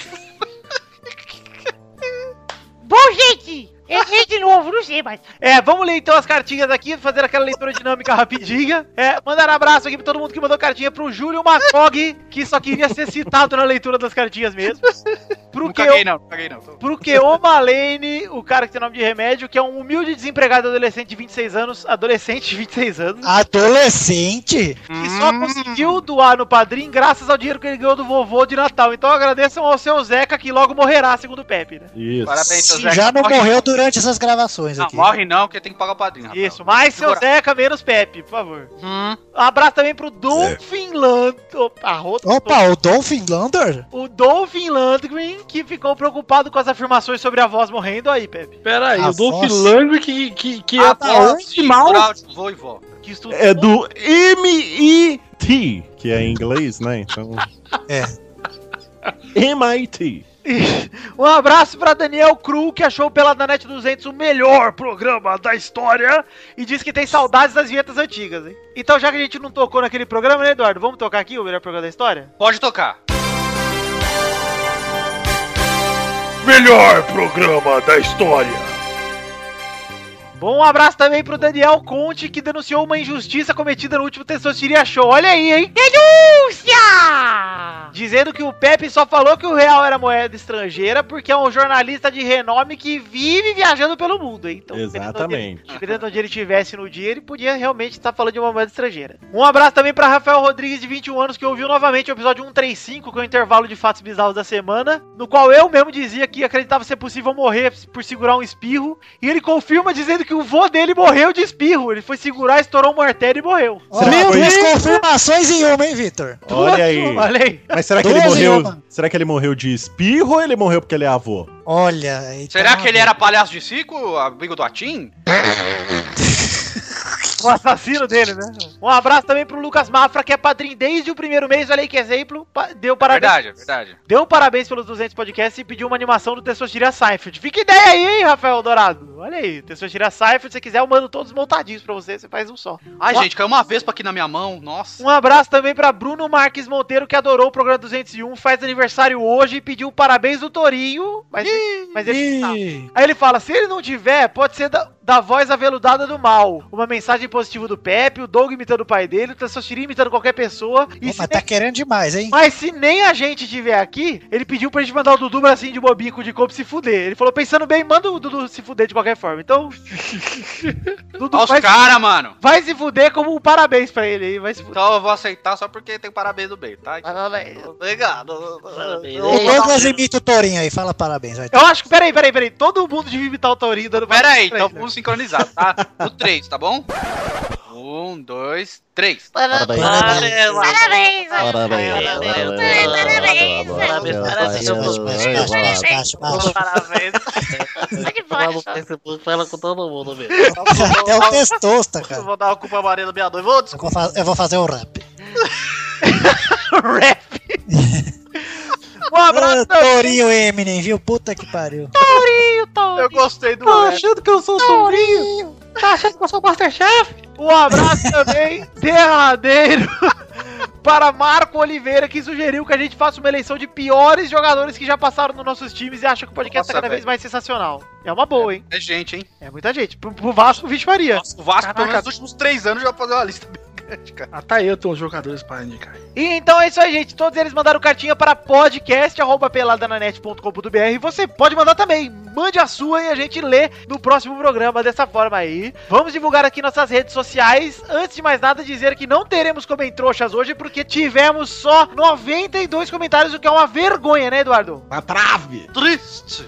Bom, gente, errei de novo, não sei mais. É, vamos ler então as cartinhas aqui, fazer aquela leitura dinâmica rapidinha. É, mandar um abraço aqui pra todo mundo que mandou cartinha pro Júlio Macog, que só queria ser citado na leitura das cartinhas mesmo. Pro Não que caguei não, não caguei não. Tô- Pro Keoma Malene, o cara que tem nome de remédio, que é um humilde desempregado adolescente de vinte e seis anos, adolescente de vinte e seis anos, Adolescente? que só Hum. conseguiu doar no padrinho graças ao dinheiro que ele ganhou do vovô de Natal. Então agradeçam ao seu Zeca, que logo morrerá, segundo o Pepe, né? Isso. Parabéns, seu Se Zeca. já não Morre morreu durante essas gravações Não, aqui. morre não, porque tem que pagar o padrinho, Rafael. Isso, mais seu Segura. Zeca, menos Pepe, por favor. Hum. Um abraço também pro Dolphin Land... Opa, rota- Opa, o Dolphin Lander? O Dolphin Landgren, que ficou preocupado com as afirmações sobre a voz morrendo aí, Pepe. Pera aí, A o Dolph voz. Langue que, que, que Ah, é da onde mal? Plural de vô e vó. Que estudou... É do M I T, que é em inglês, né? Então. É. M I T. Um abraço pra Daniel Cru, que achou o Peladanet duzentos o melhor programa da história e diz que tem saudades das vinhetas antigas, hein? Então, já que a gente não tocou naquele programa, né, Eduardo? Vamos tocar aqui o melhor programa da história? Pode tocar. Melhor programa da história. Bom, um abraço também pro Daniel Conte, que denunciou uma injustiça cometida no último Testosteria Show. Olha aí, hein? Denúncia! Dizendo que o Pepe só falou que o real era moeda estrangeira porque é um jornalista de renome que vive viajando pelo mundo, hein? Então, Exatamente. dependendo de onde ele estivesse no dia, ele podia realmente estar falando de uma moeda estrangeira. Um abraço também pra Rafael Rodrigues, de vinte e um anos, que ouviu novamente o episódio cento e trinta e cinco, que é o intervalo de fatos bizarros da semana, no qual eu mesmo dizia que acreditava ser possível morrer por segurar um espirro, e ele confirma dizendo que o vô dele morreu de espirro. Ele foi segurar, estourou uma artéria e morreu. Ó, Meu duas Deus! confirmações em uma, hein, Vitor? Olha aí. Olha aí. Mas será que ele Duas em morreu? uma. Será que ele morreu de espirro ou ele morreu porque ele é avô? Olha. aí Será tá que ele uma- era palhaço de circo, amigo do Atim? O assassino dele, né? Um abraço também pro Lucas Mafra, que é padrinho desde o primeiro mês, olha aí que exemplo. Pa- Deu parabéns. Verdade, é verdade. Deu parabéns pelos duzentos podcasts e pediu uma animação do Testosteria Seinfeld. Fica ideia aí, hein, Rafael Dourado? Olha aí, Testosteria Seinfeld, se você quiser eu mando todos montadinhos pra você, você faz um só. Ai, Um- gente, caiu uma vespa aqui na minha mão. Nossa. Um abraço também pra Bruno Marques Monteiro, que adorou o programa duzentos e um, faz aniversário hoje e pediu parabéns do Torinho, mas, mas ele não. Aí ele fala, se ele não tiver, pode ser da, da voz aveludada do mal. Uma mensagem positiva do Pepe, o Doug imitando o pai dele, o Testosteria imitando qualquer pessoa. E Pô, se mas nem- tá querendo demais, hein? Mas se nem a gente tiver aqui, ele pediu pra gente mandar o Dudu bracinho de bobinho com de corpo se fuder. Ele falou, pensando bem, manda o Dudu se fuder de qualquer forma. Então, Dudu Olha os vai, caras, mano. vai se fuder como um parabéns pra ele aí. Vai se fuder. Então eu vou aceitar só porque tem parabéns do bem, tá? Obrigado. O Douglas imita o Torinho aí, fala parabéns. Vai. Eu acho que, peraí, peraí, peraí. Todo mundo devia imitar o Torinho dando Pera aí, parabéns pra então ele. vamos sincronizar, tá? No três, tá bom? Um, dois, três. Parabéns. Parabéns! Parabéns. Baixo, baixo. Parabéns. De baixo. Fala com todo mundo mesmo. É o Testosta, cara. Vou dar uma culpa amarela minha noiva. Vou Eu vou, fa- eu vou fazer o rap. Rap. Um abraço Ah, também. Torinho Eminem, viu? Puta que pariu. Torinho, Torinho. Eu gostei do Tá rap. achando que eu sou Torinho? Tá achando que eu sou Masterchef? Um abraço também, derradeiro, para Marco Oliveira, que sugeriu que a gente faça uma eleição de piores jogadores que já passaram nos nossos times e acha que o podcast Nossa, tá cada velho. vez mais sensacional. É uma boa, hein? É gente, hein? É muita gente. Pro, pro Vasco, vixe Maria. Nossa, o Vasco, Caraca. pelo menos nos últimos três anos, já vai fazer uma lista bem grande, cara. Até eu tenho uns jogadores pra indicar. E então é isso aí, gente. Todos eles mandaram cartinha para podcast arroba peladananet ponto com ponto b r. Você pode mandar também. Mande a sua e a gente lê no próximo programa dessa forma aí. Vamos divulgar aqui nossas redes sociais. Antes de mais nada, dizer que não teremos comentroxas hoje, porque tivemos só noventa e dois comentários, o que é uma vergonha, né, Eduardo? Na trave! Triste.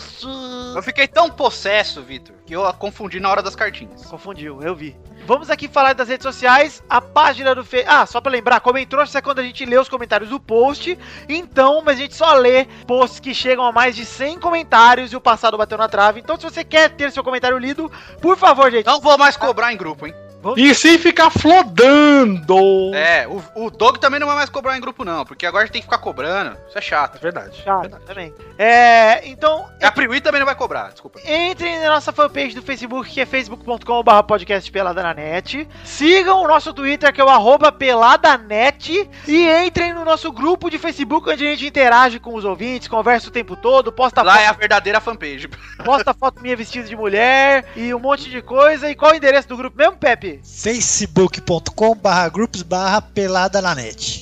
Eu fiquei tão possesso, Vitor, que eu a confundi na hora das cartinhas. Confundiu, eu vi. Vamos aqui falar das redes sociais, a página do Fe... Ah, só pra lembrar, comentroxas é quando a gente lê os comentários do post, então, mas a gente só lê posts que chegam a mais de cem comentários e o passado bateu na trave. Então, se você quer ter seu comentário lido, por favor, gente. Não vou mais cobrar em grupo, hein? E sem ficar flodando! É, o, o Doug também não vai mais cobrar em grupo, não, porque agora a gente tem que ficar cobrando. Isso é chato. É verdade. Chato, também. É, então, E a Priui também não vai cobrar, desculpa. entrem na nossa fanpage do Facebook, que é facebook ponto com barra podcast pelada na net. Sigam o nosso Twitter, que é o arroba peladanet. E entrem no nosso grupo de Facebook, onde a gente interage com os ouvintes, conversa o tempo todo, posta Lá foto, é a verdadeira fanpage. posta foto minha vestida de mulher e um monte de coisa. E qual o endereço do grupo mesmo, Pepe? facebook ponto com barra grupos barra pelada na net.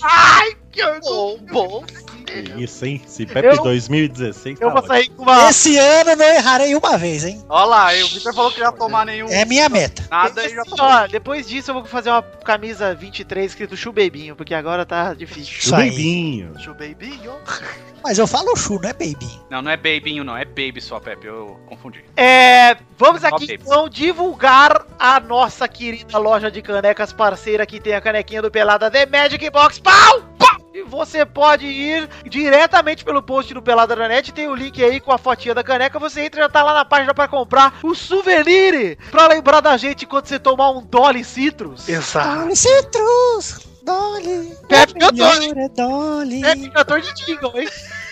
Bom, bom. Que isso, hein? Esse Pepe Eu- dois mil e dezesseis Eu tá vou sair com uma... Esse ano não errarei uma vez, hein? Olha lá, o Vitor falou que não ia tomar nenhum. É minha meta. Nada e já tomou. Ó, depois disso eu vou fazer uma camisa vinte e três escrito Chubebinho, porque agora tá difícil. Isso O aí. Bebinho. Chubebinho. Mas eu falo chu, não é baby. Não, não é babinho, não. É baby só, Pepe. Eu confundi. É, vamos aqui Ok. então divulgar a nossa querida loja de canecas parceira que tem a canequinha do Pelada The Magic Box. Pau! Pau! E você pode ir diretamente pelo post do Pelada na Net, tem o link aí com a fotinha da caneca, você entra e já tá lá na página pra comprar o souvenir, pra lembrar da gente quando você tomar um Dolly Citrus. Exato. Dolly Citrus, Dolly. Pepe cantor, Melhor é Dolly. Pepe cantor de jingle, hein?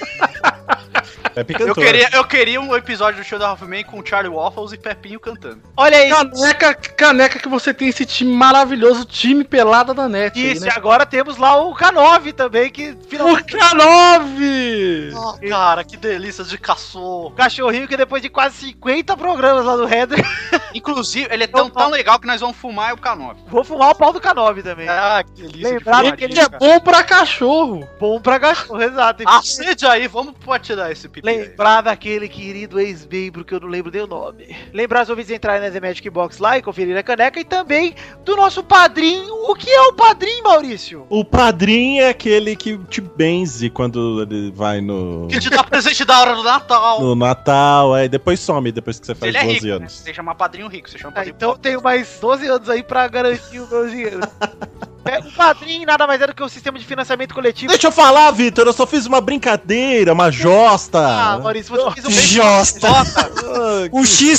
Pepe Eu cantor. queria, eu queria um episódio do show da Halfman com Charlie Waffles e Pepinho cantando. Olha aí. Caneca, caneca que você tem esse time maravilhoso, time pelada da net. aí, Isso, né? e agora temos lá o K nove também, que O finalmente K nove! Oh, cara, que delícia de cachorro. o cachorrinho que depois de quase cinquenta programas lá do Header, Inclusive, ele é tão, tão legal que nós vamos fumar o K nove. vou fumar o pau do K nove também. Ah, que delícia de Lembrado fumar. que ele Ele é bom pra cachorro. bom pra cachorro, exato. Acende aí, vamos tirar esse pipi aí. Lembrar daquele querido ex-membro que eu não lembro nem o nome. Lembrar os ouvintes entrarem na The Magic Box lá e conferir a caneca. E também do nosso padrinho. O que é o padrinho, Maurício? O padrinho é aquele que te benze quando ele vai no, Que te dá presente da hora do Natal. no Natal, aí depois some, depois que você faz Ele é doze rico, né? anos. Você chama padrinho rico, você chama Ah, padrinho então eu tenho mais doze anos aí pra garantir o meu dinheiro. É, o padrinho nada mais é do que o sistema de financiamento coletivo. Deixa eu falar, Vitor, eu só fiz uma brincadeira, uma josta. Ah, Maurício, você fez um bem Josta. Ah, Um xiste.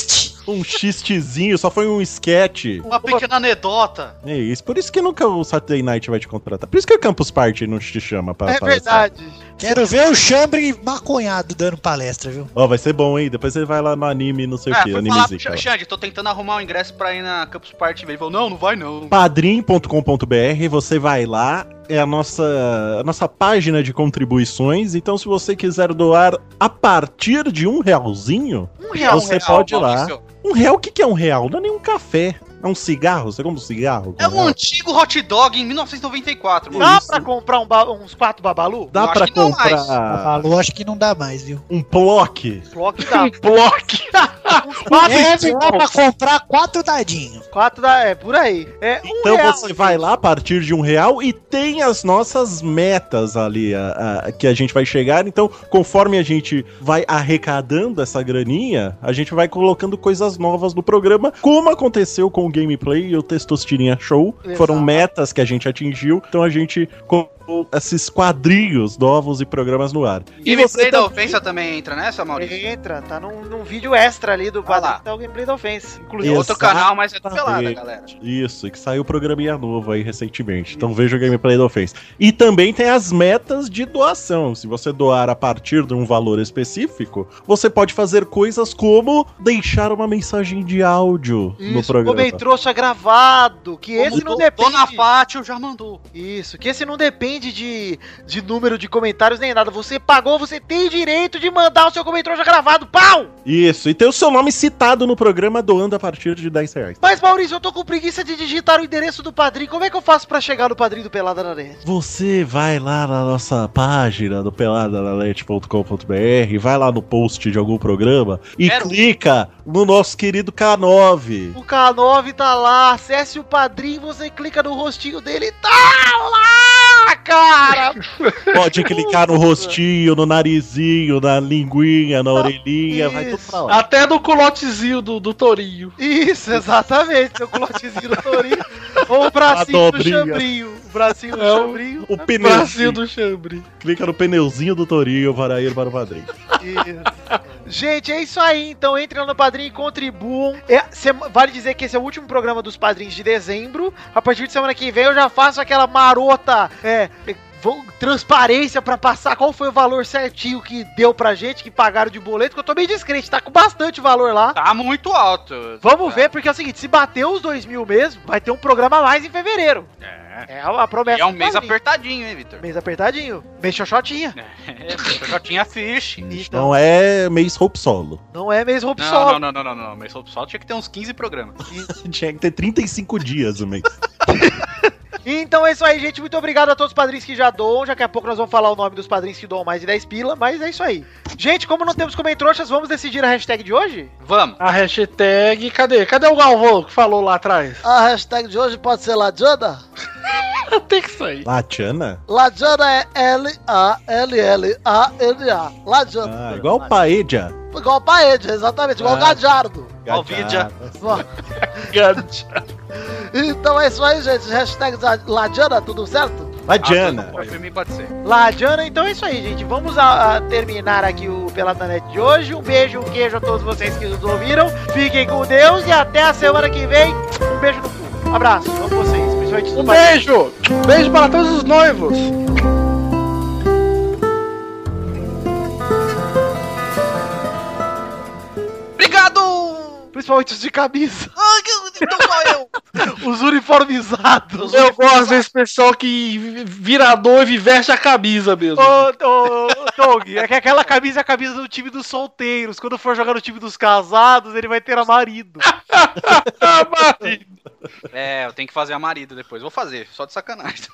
Um xistezinho, só foi um sketch. Uma pequena anedota. É isso, por isso que nunca o Saturday Night vai te contratar. Por isso que o Campus Party não te chama pra É falar verdade. Quero ver o Chambre maconhado dando palestra, viu? Ó, vai ser bom, hein? Depois você vai lá no anime, não sei É, o que, fui anime falar pro zica lá. Xande, tô tentando arrumar o ingresso pra ir na Campus Party. Ele falou, não, não vai não. padrim ponto com ponto b r, você vai lá, é a nossa, a nossa página de contribuições, então se você quiser doar a partir de um realzinho, Um real, você um real, pode ir lá. Maurício. Um real, o que, que é um real? Não é nem um café, é um cigarro, você compra um cigarro? com É um um real? antigo hot dog em mil novecentos e noventa e quatro, mano. Dá Isso. pra comprar um ba- uns quatro babalu? Dá Eu pra acho que não mais. comprar Alô, acho que não dá mais, viu? um plock? Bloco dá. Um bloco. Uns quatro, É, dá pra comprar quatro dadinhos. quatro dá, é, por aí. É um Então real, você gente. vai lá a partir de um real e tem as nossas metas ali a, a- que a gente vai chegar. Então, conforme a gente vai arrecadando essa graninha, a gente vai colocando coisas novas no programa, como aconteceu com o Gameplay e o Testostirinha Show. Exato. Foram metas que a gente atingiu, então a gente colocou esses quadrinhos novos e programas no ar. E você gameplay da também- ofensa também entra nessa, Maurício? Entra, tá num, num vídeo extra ali do Vai lá. Padre, tá o gameplay da ofensa. É Inclusive, outro canal, mas é do Pelada, Exatamente. galera. Isso, e que saiu o programinha novo aí recentemente. Então veja o gameplay da ofensa. E também tem as metas de doação. Se você doar a partir de um valor específico, você pode fazer coisas como deixar uma mensagem de áudio no isso, programa. Comem trouxa gravado, que esse Como não do- depende... Dona Fátio já mandou. Isso, que esse não depende de, de número de comentários nem nada. Você pagou, você tem direito de mandar o seu comentário já gravado. Pau! Isso, e ter o seu nome citado no programa doando a partir de dez reais. Mas, Maurício, eu tô com preguiça de digitar o endereço do padrinho. Como é que eu faço pra chegar no padrinho do Pelada na Net? Você vai lá na nossa página do pelada na net ponto com ponto b r, vai lá no post de algum programa e Quero. clica no nosso querido K nove. O K nove tá lá, acesse o padrinho, você clica no rostinho dele e tá lá, cara! Pode clicar no rostinho, no narizinho, na linguinha, na orelhinha, vai tudo Isso. pra lá. Até do culotezinho do, do Torinho. Isso, exatamente, seu culotezinho do Torinho ou o bracinho A do dobrinha. chambrinho. O bracinho do É o- chambrinho. O Bracinho pneuzinho. do chambre. Clica no pneuzinho do Torinho para ir para o padrinho. Isso. Gente, é isso aí. Então entre lá no Padrinho e contribuam. É, sema- vale dizer que esse é o último programa dos padrinhos de dezembro. A partir de semana que vem eu já faço aquela marota é, é, vou- transparência pra passar qual foi o valor certinho que deu pra gente, que pagaram de boleto, que eu tô bem descrente, tá com bastante valor lá. Tá muito alto. Vamos ver, porque é o seguinte, se bater os dois mil mesmo, vai ter um programa a mais em fevereiro. É. É a, a promessa. É um do mês padrinho. apertadinho, hein, Vitor? Mês apertadinho. Mês xoxotinha. É, eu já tinha fish. Então é mês Hope Solo. Não é mês roupa Não, solo. não, não, não, não, não. Mês Sol tinha que ter uns quinze programas. Tinha que ter trinta e cinco dias o mês. Então é isso aí, gente. Muito obrigado a todos os padrinhos que já doam. Daqui a pouco nós vamos falar o nome dos padrinhos que doam mais de dez pila, mas é isso aí. Gente, como não temos comentroxas, vamos decidir a hashtag de hoje? Vamos. A hashtag. Cadê? Cadê o Galvão que falou lá atrás? A hashtag de hoje pode ser Ladiana? Tem que sair. Latiana? Ladiana é L A L L A N A. Ladiana. Ah, igual Paedia. Igual Paede, exatamente, igual Ah. Gajardo. Alvídia. Então é isso aí, gente. Hashtag Ladiana, tudo certo? Ladiana. Ah, pra mim pode ser. Ladiana, então é isso aí, gente. Vamos a, a terminar aqui o Pelada Net de hoje. Um beijo, um queijo a todos vocês que nos ouviram. Fiquem com Deus e até a semana que vem. Um beijo no cu. Abraço, amo vocês. Principalmente os Um padrinhos. beijo! Beijo para todos os noivos! Obrigado! Principalmente os de camisa. Ai, que então só eu. Os uniformizados. Eu gosto desse pessoal que vira noivo e veste a camisa mesmo. Ô, ô, ô, Doug, é que aquela camisa é a camisa do time dos solteiros. Quando for jogar no time dos casados, ele vai ter a marido. Ah, marido. É, eu tenho que fazer a marido depois. Vou fazer, só de sacanagem.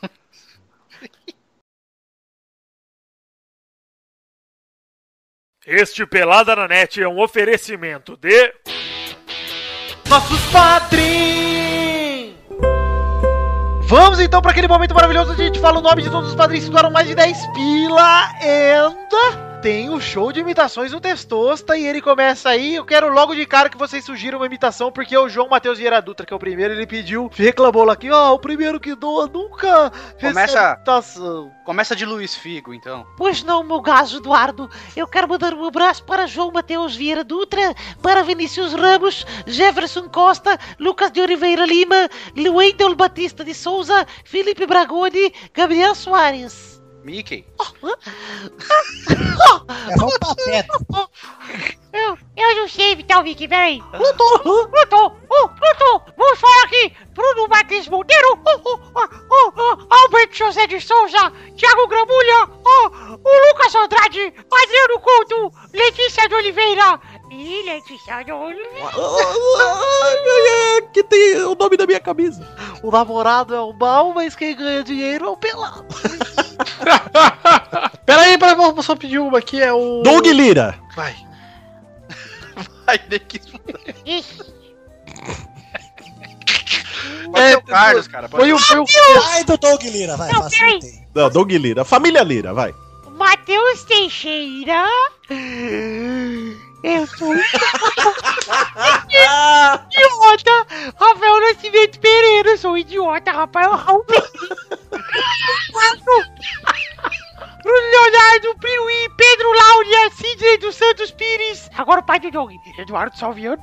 Este Pelada na Net é um oferecimento de... Nossos padrinhos! Vamos então para aquele momento maravilhoso onde a gente fala o nome de todos os padrinhos que doaram mais de dez pila. And... tem o show de imitações do Testosta e ele começa aí. Eu quero logo de cara que vocês sugiram uma imitação, porque o João Matheus Vieira Dutra, que é o primeiro, ele pediu, reclamou lá aqui, ó, oh, o primeiro que doa nunca Começa- imitação. Começa de Luiz Figo, então. Pois não, meu gajo Eduardo. Eu quero mandar um abraço para João Matheus Vieira Dutra, para Vinícius Ramos, Jefferson Costa, Lucas de Oliveira Lima, Wendel Batista de Souza, Felipe Bragoni, Gabriel Soares. Mickey. É só um pateta. Eu, eu não sei imitar o Mickey, peraí. Pronto, pronto, oh, pronto. Vamos falar aqui. Bruno Martins Monteiro, oh, oh, oh, oh, oh, Alberto José de Souza, Thiago Gramulha, oh, o Lucas Andrade, Adriano Couto, Letícia de Oliveira e Letícia de Oliveira. Que tem o nome da minha camisa. O namorado é o mal, mas quem ganha dinheiro é o pelado. Pera aí, pera aí, vou só pedir uma aqui, é o... Doug Lira. Vai. Vai ter que... Isso. Pode ser o Carlos, cara. Pode Foi o... ser. Foi o... Vai do Doug Lira, vai, Não, peraí. facilitei. Não, Doug Lira. Família Lira, vai. Matheus Teixeira. Eu sou idiota. Rafael Nascimento Pereira. Eu sou idiota, Rafael Raul. Leonardo Piuí, Pedro Laura, Sidney dos Santos Pires. Agora o pai do Doug, Eduardo Salviano.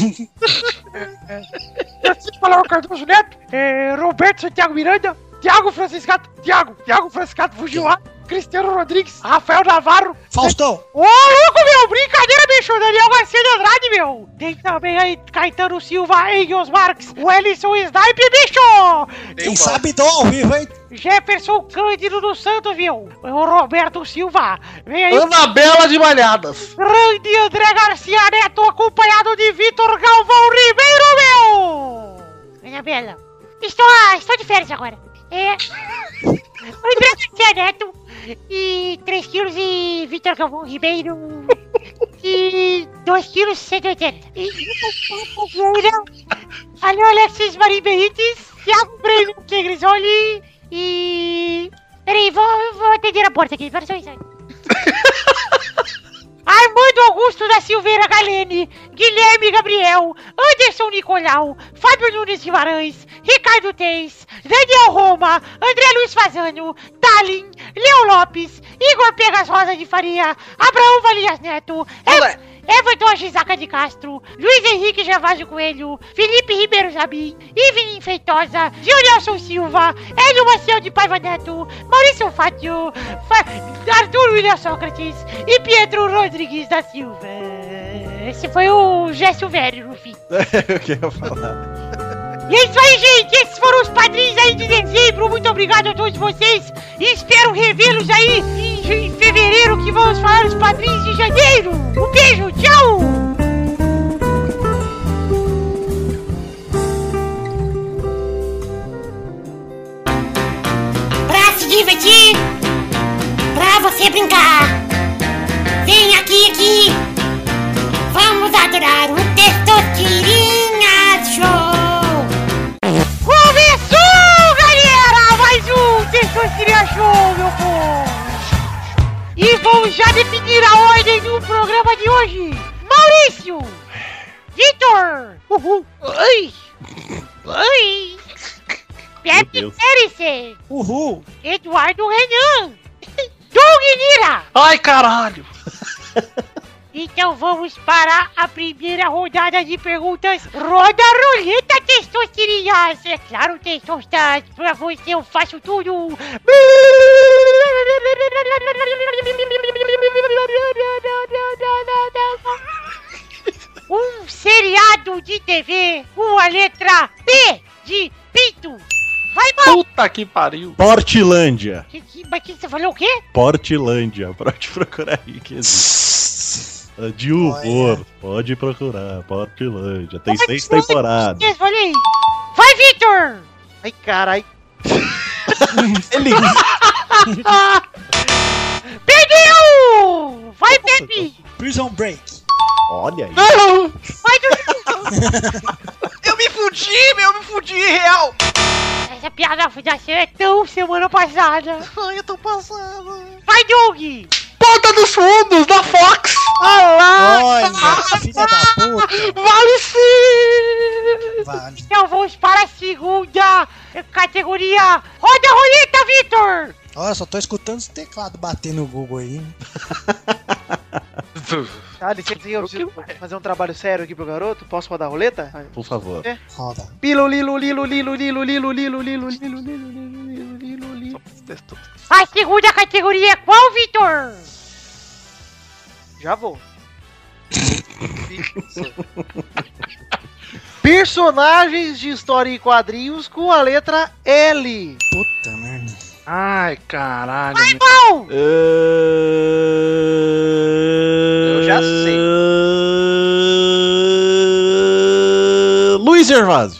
Francisco Paulo Cardoso Neto, é, Roberto Santiago Miranda, Thiago Franciscato, Thiago, Thiago Franciscato Fujiwara, Cristiano Rodrigues, Rafael Navarro. Faustão. Ô, louco, meu, brincadeira, bicho, Daniel Garcia de Andrade, meu. Tem também aí Caetano Silva, Engels Marques, o Ellison Snipe, bicho. Tem Quem um sabe dó ao vivo, hein? Jefferson Cândido dos Santos, viu? O Roberto Silva. Vem aí. Anabela de Malhadas. Grande André Garcia Neto, acompanhado de Vitor Galvão Ribeiro, meu! Anabela, estou, ah, estou de férias agora. É. André Garcia Neto e três quilos e Vitor Galvão Ribeiro e dois quilos e cento e oitenta. E alô, Alexis Marim Benítez, Thiago Breno Grisoli e... Peraí, vou, vou atender a porta aqui, para só isso aí. Armando Augusto da Silveira Galene, Guilherme Gabriel, Anderson Nicolau, Fábio Nunes Guimarães, Ricardo Teis, Daniel Roma, André Luiz Fazano, Talin, Leo Lopes, Igor Pegas Rosa de Faria, Abraão Valias Neto, Ev Everton Gizaca de Castro, Luiz Henrique Gervásio Coelho, Felipe Ribeiro Zabim, Ivnin Feitosa, Gilnelson Silva, Hélio Maciel de Paiva Neto, Maurício Fátio, Fa Arthur William Sócrates e Pietro Rodrigues da Silva. Esse foi o gesto velho no fim. É o que eu ia falar. E é isso aí, gente! Esses foram os padrinhos aí de dezembro. Muito obrigado a todos vocês. E espero revê-los aí em, em fevereiro, que vamos falar dos padrinhos de janeiro. Um beijo, tchau! Pra se divertir, pra você brincar, vem aqui, aqui. Vamos adorar o Testosterinha Show! Começou, galera! Mais um Testosterinha Show, meu povo! E vamos já definir a ordem do programa de hoje. Maurício! Vitor! Uhul! Oi! Oi! Pepe Pérez! Uhul! Eduardo Renan! Doug Lira! Ai, caralho! Então vamos para a primeira rodada de perguntas. Roda a roleta, Testosterinhas! É claro, Testostas, pra você eu faço tudo! Um seriado de T V com a letra P de Pinto! Vai, mal! Puta que pariu! Portilândia. Que, que, mas que você falou o quê? Portilândia. Pode procurar aí que existe. De humor. Pode procurar. Portilândia. Tem Mas seis você- temporadas. Olha aí. Vai, Vitor! Ai, carai. Ele... Perdeu! Vai, Pepe! Prison Break. Olha aí. Vai, Dudu! Eu me fudi, meu, eu me fudi, real. Essa piada já é tão semana passada. Ai, eu tô passando. Vai, Doug! Porta dos Fundos, da Fox! Olha, filha da puta. Vale sim! Vale. Então vamos para a segunda categoria. Roda a roleta, Vitor! Olha, só tô escutando esse teclado bater no Google aí. Tá, licença aí, eu preciso fazer um trabalho sério aqui pro garoto. Posso rodar a roleta? Por favor. É. Roda. Pilo, lilo, lilo, lilo, lilo, lilo, lilo, lilo, lilo, lilo, lilo, lilo, lilo. A segunda categoria é qual, Vitor? Já vou. Personagens de história e quadrinhos com a letra L. Puta merda. Ai, caralho. Vai, mal! Eu já sei. Luiz Gervásio.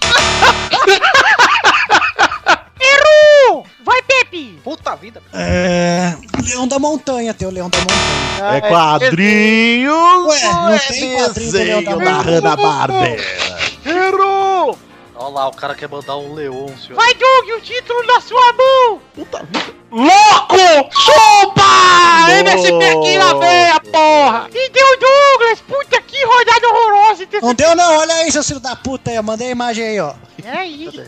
Errou! Vai, Pepe! Puta vida. É. Leão da Montanha, tem o Leão da Montanha. É quadrinhos. Ué, não é tem quadrinho do Leão da desenho da Montanha. Hanna-Barbera. Errou! Olha lá, o cara quer mandar um leão, senhor. Vai, Doug, o título na sua mão! Louco! Chupa! M S P aqui na veia, porra! E deu Douglas! Puta que rodada horrorosa! Não deu não, olha aí, seu filho da puta aí, eu mandei a imagem aí, ó. É isso.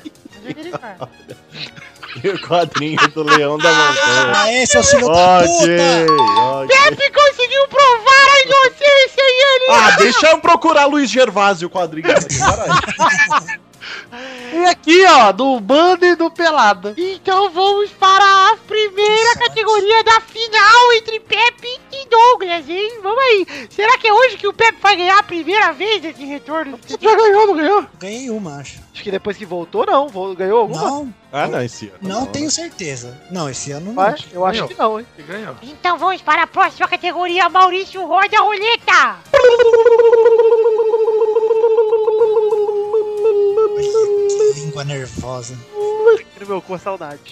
E o quadrinho do Leão da Montanha. Aê, seu filho da Ok, puta! ok. Pepe conseguiu provar a inocência e ele... Ah, deixa eu procurar Luiz Gervásio o quadrinho. Caralho. E aqui, ó, do Bando e do Pelada. Então vamos para a primeira categoria da final entre Pepe e Douglas, hein? Vamos aí. Será que é hoje que o Pepe vai ganhar a primeira vez esse retorno? Já ganhou, não ganhou? Ganhei uma, acho. Acho que depois que voltou, não. Vol- Ganhou alguma? Não, Ah, não, esse ano. não tenho certeza. Não, esse ano não. Mas eu acho que não, hein? Ganhou. Então vamos para a próxima categoria. Maurício, roda a roleta. Que língua nervosa. No meu cu, saudade.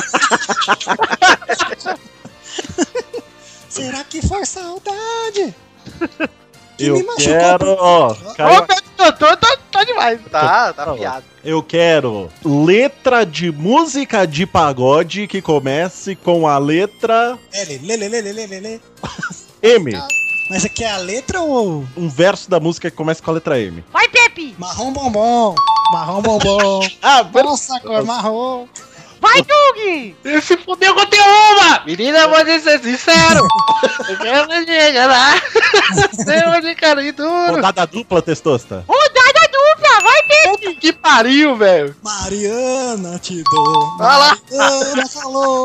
Será que foi saudade? Que Eu me machucou quero, por- ó, caiu- Ô, Pepe Cantor tá, tá demais. Tá, tá Tá piado. eu quero letra de música de pagode que comece com a letra L, lê, lê, lê, lê, lê, lê, lê. M. Mas aqui é a letra ou Um verso da música que começa com a letra M. Vai, Pepe. marrom bombom? Marrom bombom. Ah, Nossa, cor marrom. Vai, Doug. Esse fudeu que eu tenho uma! Menina, eu vou ser sincero! Eu quero chegar lá! Eu de carinho duro! Rodada dupla, Testosta. Rodada dupla. Vai, Pepe. Que pariu, velho! Mariana te dou. Vai lá. Mariana falou.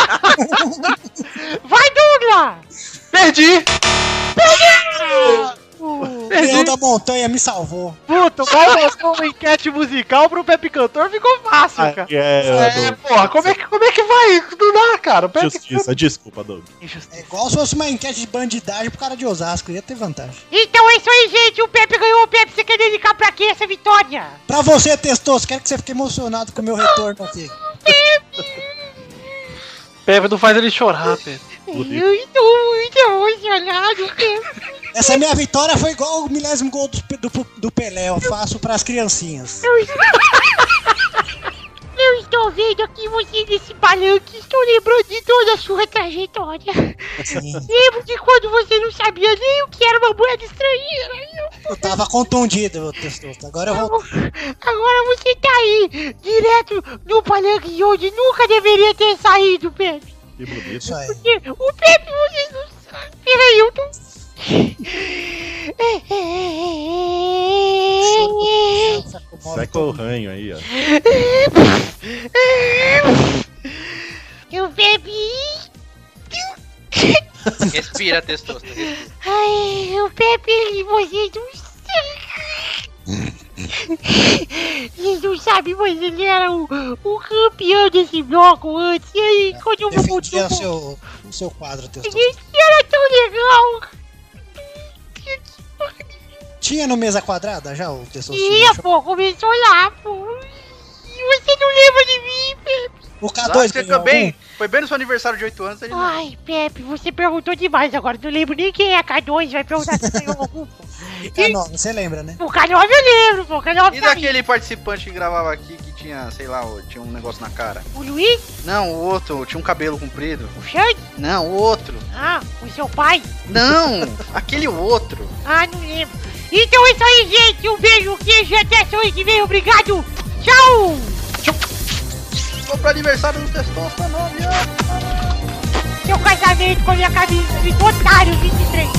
Vai, Douglas. Perdi! O Leão da Montanha me salvou. Puta, o Gal botou uma enquete musical pro Pepe Cantor, ficou fácil, Ah, cara. é, É, porra, como é, que, como é que vai? Não dá, cara. O Pepe- Justiça, desculpa, Doug. É igual se fosse uma enquete de bandidagem pro cara de Osasco. Ia ter vantagem. Então é isso aí, gente. O Pepe ganhou. O Pepe, você quer dedicar pra quem essa vitória? Pra você, Testoso, quero que você fique emocionado com o meu retorno aqui. Pepe não faz ele chorar, Pepe. Eu estou muito emocionado, Pepe. Essa minha vitória foi igual o milésimo gol do, do, do Pelé. Eu faço pras criancinhas. Eu estou... Eu estou vendo aqui você nesse palanque. Estou lembrando de toda a sua trajetória. Sim. Lembro de quando você não sabia nem o que era uma moeda estrangeira. Eu tava contundido, Testoso. Agora eu vou. Agora você tá aí, direto no palanque onde nunca deveria ter saído, Pepe. Que bonito. Isso aí. Porque o Pepe, vocês não sabem. Peraí, eu tô... Seca o ranho aí, ó. Eu bebi. Respira, Testosta. Respira. Ai, o Pepe, vocês não sabem. Vocês não sabem, mas ele era o, o campeão desse bloco antes. E aí, quando eu vou Defendia o seu, o seu quadro, Testoso. Ele era tão legal. Tinha no Mesa Quadrada já o Testoso? Ia, pô, começou lá, pô. E você não lembra de mim, Pepe? O K Acho dois que ganhou foi bem, algum? foi bem no seu aniversário de oito anos. Ele... Ai, Pepe, você perguntou demais agora. Não lembro nem quem é K dois. Vai perguntar se ganhou algum. Pô. K nove, você lembra, né? O K nove eu lembro, pô. O K nove E tá aí. daquele participante que gravava aqui que tinha, sei lá, tinha um negócio na cara? O Luiz? Não, o outro, tinha um cabelo comprido. O Xande? Não, o outro. Ah, o seu pai? Não, aquele outro. Ah, não lembro. Então é isso aí, gente. Um beijo, queijo, até semana que vem. Obrigado. Tchau. Vou pro aniversário do Testosta nove anos. Seu casamento com a minha camisa de otário vinte e três.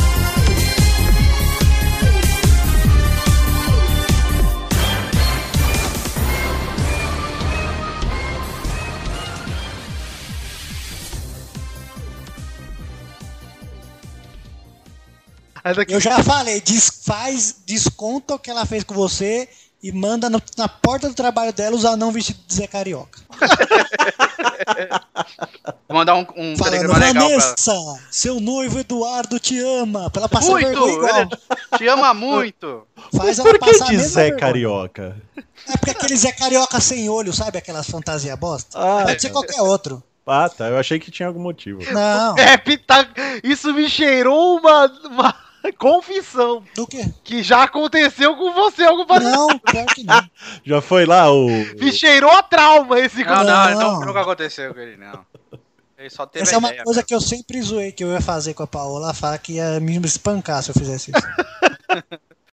Eu já falei, des, faz, desconta o que ela fez com você e manda no, na porta do trabalho dela os anão vestidos de Zé Carioca. Vou mandar um, um Falando, telegrama legal Vanessa, pra... seu noivo Eduardo te ama, pra ela passar Muito! vergonha igual. Ele te ama muito! Faz ela Por que passar a de mesma Zé vergonha. Carioca? É porque aquele Zé Carioca sem olho, sabe aquelas fantasias bosta? Ah, Pode ser qualquer outro. Ah, tá. Eu achei que tinha algum motivo. Não. É, tá... Isso me cheirou uma, uma confissão. Do quê? Que já aconteceu com você algo parecido. Não, pior que não. Já foi lá o... Me cheirou a trauma esse Não, não, Não. não, nunca aconteceu com ele, não. Ele só teve Essa é a uma ideia. coisa que eu sempre zoei que eu ia fazer com a Paola, falar que ia me espancar se eu fizesse isso.